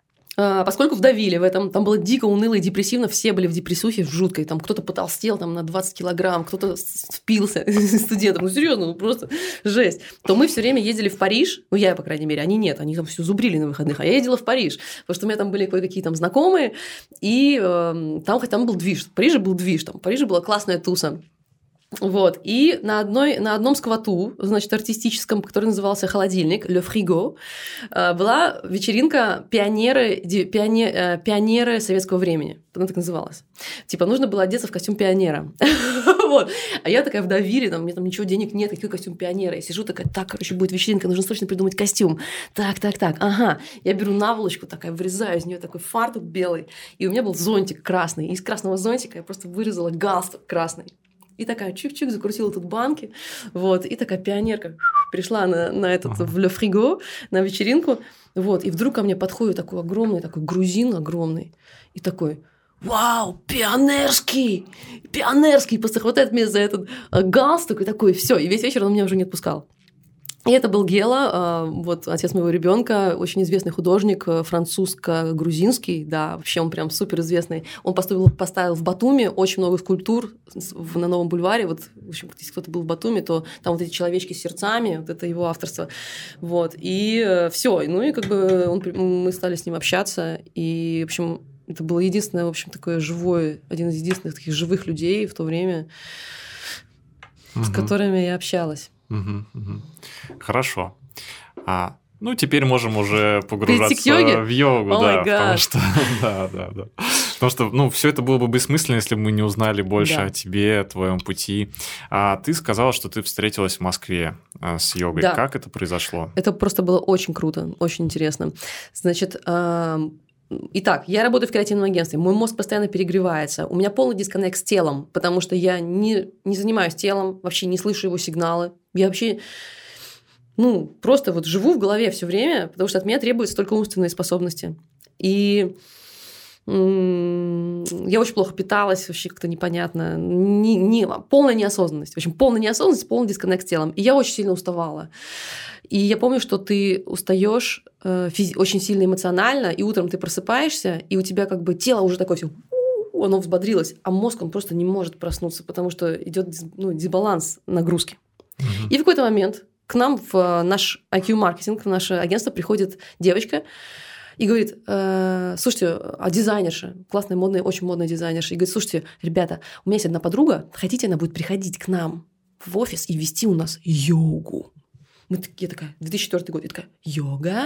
а, поскольку вдавили в этом, там было дико уныло и депрессивно, все были в депрессухе, в жуткой, там кто-то потолстел там, на двадцать килограмм, кто-то с- впился из студентов, ну серьезно, ну просто жесть, то мы все время ездили в Париж, ну я, по крайней мере, они нет, они там все зубрили на выходных, а я ездила в Париж, потому что у меня там были кое-какие там знакомые, и э, там, хоть там был движ, в Париже был движ, там в Париже была классная туса. Вот. И на, одной, на одном сквоту, значит, артистическом, который назывался «Холодильник», «Le Frigo», была вечеринка пионеры, ди- пионе- э, пионеры советского времени. Она так называлась. Типа, нужно было одеться в костюм пионера. Вот. А я такая в доверии, там, у меня там ничего денег нет, какой костюм пионера. Я сижу такая, так, короче, будет вечеринка, нужно срочно придумать костюм. Так, так, так, ага. Я беру наволочку, такая, вырезаю из нее такой фартук белый. И у меня был зонтик красный. И из красного зонтика я просто вырезала галстук красный. И такая чик-чик закрутила тут банки, вот, и такая пионерка пришла на, на этот, Ага. в Le Frigo, на вечеринку, вот, и вдруг ко мне подходит такой огромный, такой грузин огромный, и такой, вау, пионерский, пионерский, просто хватает меня за этот э, галстук, и такой, все, и весь вечер он меня уже не отпускал. И это был Гела, вот отец моего ребенка, очень известный художник, французско-грузинский, да, вообще он прям суперизвестный. Он поставил, поставил в Батуми очень много скульптур на Новом бульваре. Вот, в общем, если кто-то был в Батуми, то там вот эти человечки с сердцами, вот это его авторство. Вот, и все, ну и как бы он, мы стали с ним общаться, и, в общем, это было единственное, в общем, такое живое, один из единственных таких живых людей в то время, Мгм. с которыми я общалась. Мгм, мгм. Хорошо. А, ну, теперь можем уже Перейти к погружаться йоге? в йогу, О да, май потому гад. что, да, да, да. Потому что, ну, все это было бы бессмысленно, если бы мы не узнали больше Да. о тебе, о твоем пути. А ты сказала, что ты встретилась в Москве а, с йогой. Да. Как это произошло? Это просто было очень круто, очень интересно. Значит, ам, итак, я работаю в креативном агентстве, мой мозг постоянно перегревается, у меня полный дисконнект с телом, потому что я не, не занимаюсь телом, вообще не слышу его сигналы. Я вообще, ну, просто вот живу в голове все время, потому что от меня требуются только умственные способности. И м, я очень плохо питалась, вообще как-то непонятно. Не, не, полная неосознанность. В общем, полная неосознанность, полный дисконнект с телом. И я очень сильно уставала. И я помню, что ты устаешь э, физи- очень сильно эмоционально, и утром ты просыпаешься, и у тебя как бы тело уже такое все, оно взбодрилось, а мозг он просто не может проснуться, потому что идет дис- ну, дисбаланс нагрузки. Мгм. И в какой-то момент к нам в э, наш ай кью-маркетинг, в наше агентство приходит девочка и говорит, «Э, слушайте, а дизайнерша, классная, модная, очень модная дизайнерша, и говорит, слушайте, ребята, у меня есть одна подруга, хотите, она будет приходить к нам в офис и вести у нас йогу? Мы такие, такая, две тысячи четвёртый год, я такая, йога?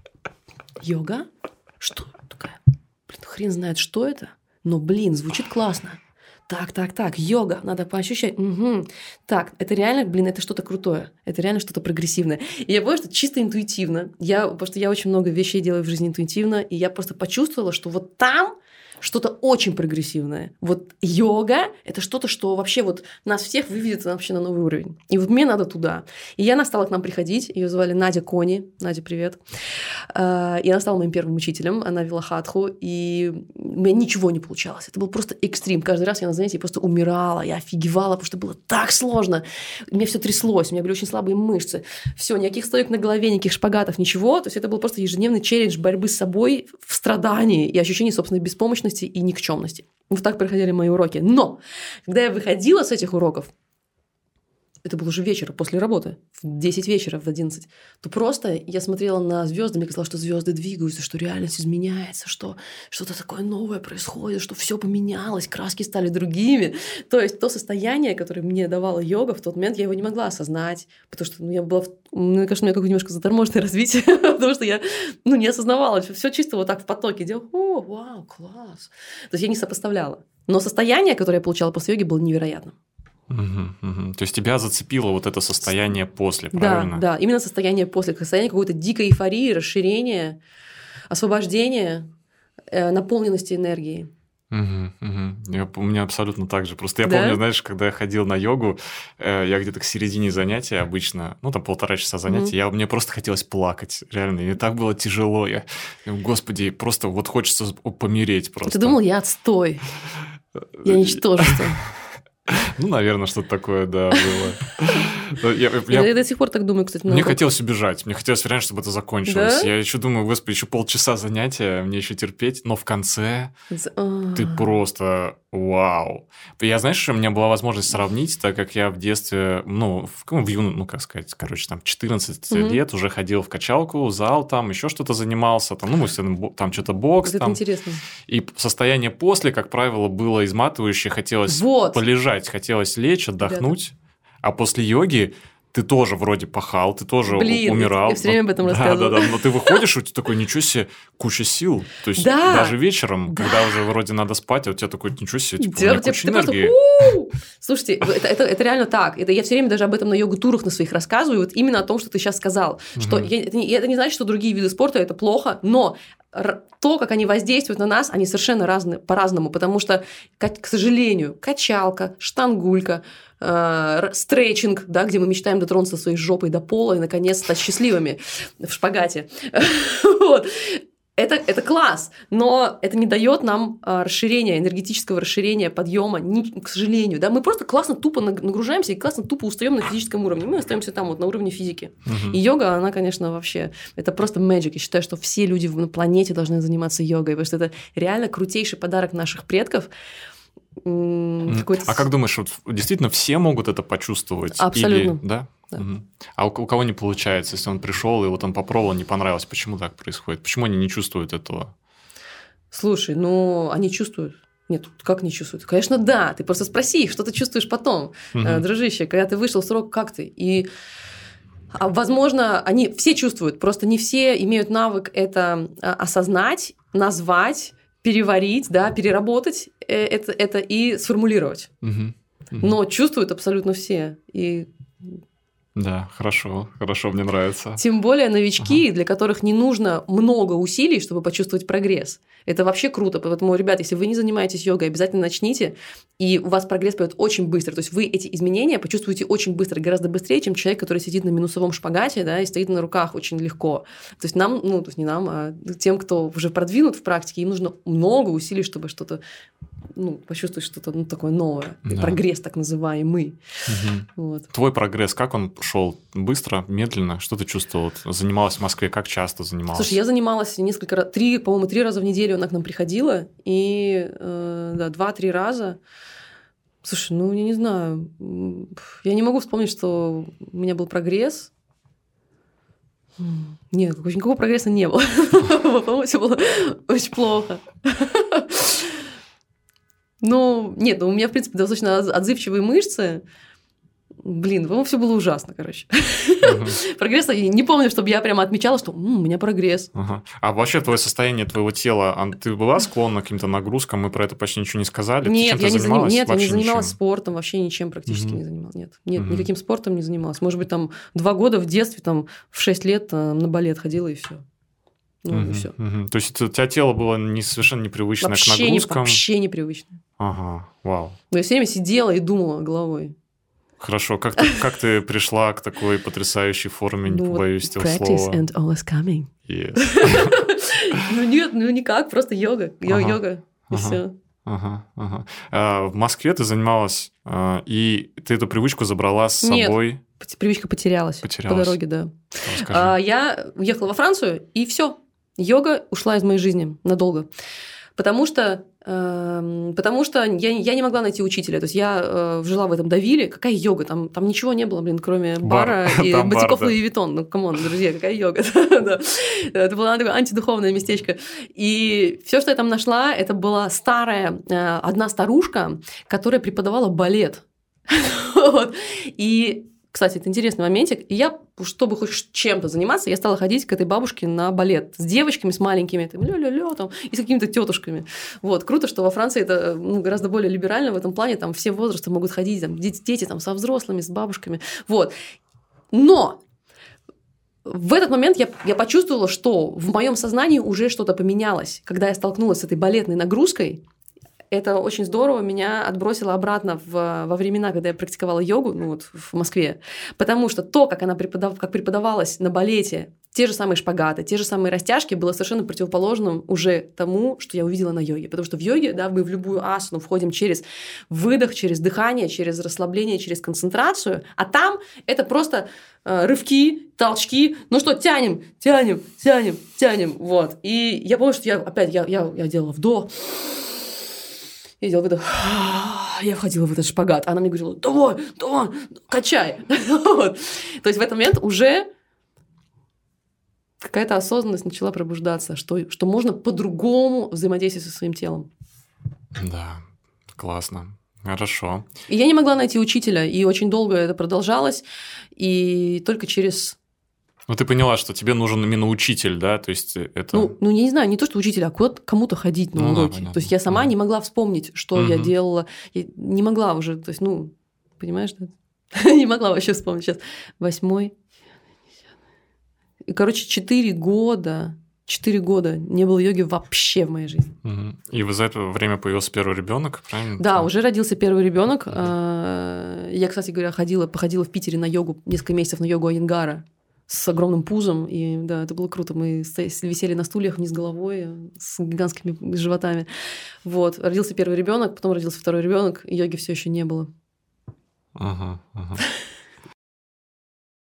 Йога? Что такая? Блин, хрен знает, что это, но, блин, звучит классно. Так, так, так, йога, надо поощущать. Угу. Так, это реально, блин, это что-то крутое, это реально что-то прогрессивное. И я поняла, что чисто интуитивно, я, потому что я очень много вещей делаю в жизни интуитивно, и я просто почувствовала, что вот там что-то очень прогрессивное. Вот йога – это что-то, что вообще вот нас всех выведет вообще на новый уровень. И вот мне надо туда. И я она стала к нам приходить, ее звали Надя Кони. Надя, привет. А, И она стала моим первым учителем, она вела хатху, и у меня ничего не получалось. Это был просто экстрим. Каждый раз я на занятии просто умирала, я офигевала, потому что было так сложно. У меня все тряслось, у меня были очень слабые мышцы. Все, никаких стоек на голове, никаких шпагатов, ничего. То есть это был просто ежедневный челлендж борьбы с собой в страдании и ощущении собственной беспомощности и никчемности. Вот так проходили мои уроки. Но когда я выходила с этих уроков, это был уже вечер, после работы, в десять вечера, в одиннадцать, то просто я смотрела на звезды, мне казалось, что звезды двигаются, что реальность изменяется, что что-то такое новое происходит, что все поменялось, краски стали другими. То есть то состояние, которое мне давала йога в тот момент, я его не могла осознать, потому что ну, я была, в... мне кажется, у меня какое-то немножко заторможенное развитие, потому что я ну, не осознавала, все чисто вот так в потоке делала, о, вау, класс. То есть я не сопоставляла. Но состояние, которое я получала после йоги, было невероятным. Угу, угу. То есть тебя зацепило вот это состояние после, правильно? Да, да, именно состояние после, состояние какой-то дикой эйфории, расширения, освобождения, э, наполненности энергией. Угу, угу. Я, у меня абсолютно так же. Просто я Да? помню, знаешь, когда я ходил на йогу, э, я где-то к середине занятия обычно, ну там полтора часа занятия, mm-hmm. я, мне просто хотелось плакать, реально. И так было тяжело. Я, господи, просто вот хочется помереть просто. Ты думал, я отстой, я ничтожество. Ну, наверное, что-то такое, да, было. Я, я, я до сих пор так думаю, кстати. Мне хотелось убежать, мне хотелось реально, чтобы это закончилось. Да? Я еще думаю, господи, еще полчаса занятия, мне еще терпеть, но в конце ты просто вау. Я, знаешь, у меня была возможность сравнить, так как я в детстве, ну, в, в юном, ну, как сказать, короче, там, четырнадцать mm-hmm. лет уже ходил в качалку, зал, там, еще что-то занимался, там, ну, мы, там, что-то бокс. Это там. интересно. И состояние после, как правило, было изматывающее, хотелось вот. полежать, хотелось лечь, отдохнуть, Ребята. А после йоги ты тоже вроде пахал, ты тоже Блин, умирал. Я все время об этом да, рассказывала. Да, да, но ты выходишь, у тебя такой, ничего себе, куча сил. То есть да, даже вечером, да. когда уже вроде надо спать, а у тебя такой, ничего себе, типа, Тебя, у меня куча ты энергии. Просто, слушайте, это, это, это реально так. Это я все время даже об этом на йога-турах на своих рассказываю, вот именно о том, что ты сейчас сказал. Mm-hmm. Что я, это, не, это не значит, что другие виды спорта это плохо, но то, как они воздействуют на нас, они совершенно разные, по-разному, потому что, к сожалению, качалка, штангулька, э, стретчинг, да, где мы мечтаем дотронуться своей жопой до пола и, наконец, стать счастливыми в шпагате. Вот. Это, это класс, но это не дает нам а, расширения, энергетического расширения, подъема, ни, к сожалению. Да? Мы просто классно тупо нагружаемся и классно тупо устаем на физическом уровне. Мы остаемся там, вот, на уровне физики. Uh-huh. И йога, она, конечно, вообще, это просто magic. Я считаю, что все люди на планете должны заниматься йогой, потому что это реально крутейший подарок наших предков. Какой-то... А как думаешь, вот, действительно все могут это почувствовать? Абсолютно. Или... Да? Да. Угу. А у, у кого не получается, если он пришел и вот он попробовал, не понравилось, почему так происходит? Почему они не чувствуют этого? Слушай, ну они чувствуют. Нет, как не чувствуют? Конечно, да. Ты просто спроси их, что ты чувствуешь потом, угу. дружище, когда ты вышел в срок, как ты? И возможно, они все чувствуют, просто не все имеют навык это осознать, назвать, переварить, да, переработать это, это и сформулировать. Угу. Угу. Но чувствуют абсолютно все. И да, хорошо, хорошо, мне нравится. Тем более новички, ага. для которых не нужно много усилий, чтобы почувствовать прогресс. Это вообще круто. Поэтому, ребят, если вы не занимаетесь йогой, обязательно начните, и у вас прогресс пойдет очень быстро. То есть вы эти изменения почувствуете очень быстро, гораздо быстрее, чем человек, который сидит на минусовом шпагате, да, и стоит на руках очень легко. То есть нам, ну, то есть не нам, а тем, кто уже продвинут в практике, им нужно много усилий, чтобы что-то, ну, почувствовать что-то, ну, такое новое. Да. Прогресс так называемый. Угу. Вот. Твой прогресс, как он шел? Быстро, медленно? Что ты чувствовал? Занималась в Москве? Как часто занималась? Слушай, я занималась несколько раз, три, по-моему, три раза в неделю она к нам приходила, и э, да, два-три раза. Слушай, ну, я не знаю, я не могу вспомнить, что у меня был прогресс. Нет, никакого прогресса не было. По-моему, все было очень плохо. Ну, нет, ну, у меня, в принципе, достаточно отзывчивые мышцы. Блин, по-моему, все было ужасно, короче. Uh-huh. Прогресс, не помню, чтобы я прямо отмечала, что м-м, у меня прогресс. Uh-huh. А вообще твое состояние твоего тела, ты была склонна к каким-то нагрузкам? Мы про это почти ничего не сказали. Нет, ты я не, заним... Нет я не занималась ничем? спортом, вообще ничем практически uh-huh. не занималась. Нет, нет uh-huh. никаким спортом не занималась. Может быть, там два года в детстве, там в шесть лет там, на балет ходила и все. Ну, uh-huh. и все. Uh-huh. То есть у тебя тело было не, совершенно непривычное вообще к нагрузкам? Не, вообще непривычное. Ага, вау. Но я все время сидела и думала головой. Хорошо, как ты, как ты пришла к такой потрясающей форме, не ну, побоюсь этого practice слова? And all is coming. Yes. Ну нет, ну никак, просто йога, ага. йога, и ага. все. Ага, ага. А, в Москве ты занималась, а, и ты эту привычку забрала с нет, собой? Привычка потерялась, потерялась. по дороге, да. А, я уехала во Францию, и все, йога ушла из моей жизни надолго. Потому что, э, потому что я, я не могла найти учителя. То есть я э, жила в этом Давиле. Какая йога? Там, там ничего не было, блин, кроме бара бар. и там бутиков бар, да. Луи Виттон. Ну, камон, друзья, какая йога? Это было такое антидуховное местечко. И все, что я там нашла, это была старая, одна старушка, которая преподавала балет. И кстати, это интересный моментик. И я, чтобы хоть чем-то заниматься, я стала ходить к этой бабушке на балет с девочками, с маленькими, там, лё-лё-лё, там, и с какими-то тетушками. Вот. Круто, что во Франции это ну, гораздо более либерально в этом плане. Там все возрасты могут ходить, там, дети, дети там, со взрослыми, с бабушками. Вот. Но в этот момент я, я почувствовала, что в моем сознании уже что-то поменялось. Когда я столкнулась с этой балетной нагрузкой, это очень здорово меня отбросило обратно в, во времена, когда я практиковала йогу, ну вот в Москве, потому что то, как она преподав, как преподавалась на балете, те же самые шпагаты, те же самые растяжки, было совершенно противоположным уже тому, что я увидела на йоге. Потому что в йоге, да, мы в любую асану входим через выдох, через дыхание, через расслабление, через концентрацию, а там это просто э, рывки, толчки, ну что, тянем, тянем, тянем, тянем, вот. И я помню, что я опять, я, я, я делала вдох, я делала выдох, я входила в этот шпагат, а она мне говорила, давай, давай, качай. Вот. То есть в этот момент уже какая-то осознанность начала пробуждаться, что, что можно по-другому взаимодействовать со своим телом. Да, классно. Хорошо. И я не могла найти учителя, и очень долго это продолжалось, и только через... Ну, ты поняла, что тебе нужен именно учитель, да? То есть это... Ну, ну не знаю, не то, что учитель, а кому-то ходить на ну, уроки. Да, то есть я сама mm. не могла вспомнить, что mm-hmm. я делала. Я не могла уже, то есть, ну, понимаешь, не могла вообще вспомнить сейчас. Восьмой. И, короче, четыре года, четыре года не было йоги вообще в моей жизни. Mm-hmm. И за это время появился первый ребенок, правильно? Да, Там... уже родился первый ребенок. Mm-hmm. Я, кстати говоря, ходила, походила в Питере на йогу, несколько месяцев на йогу Айенгара. С огромным пузом, и да, это было круто. Мы висели на стульях вниз головой с гигантскими животами. Вот. Родился первый ребенок, потом родился второй ребенок, и йоги все еще не было. Ага, ага.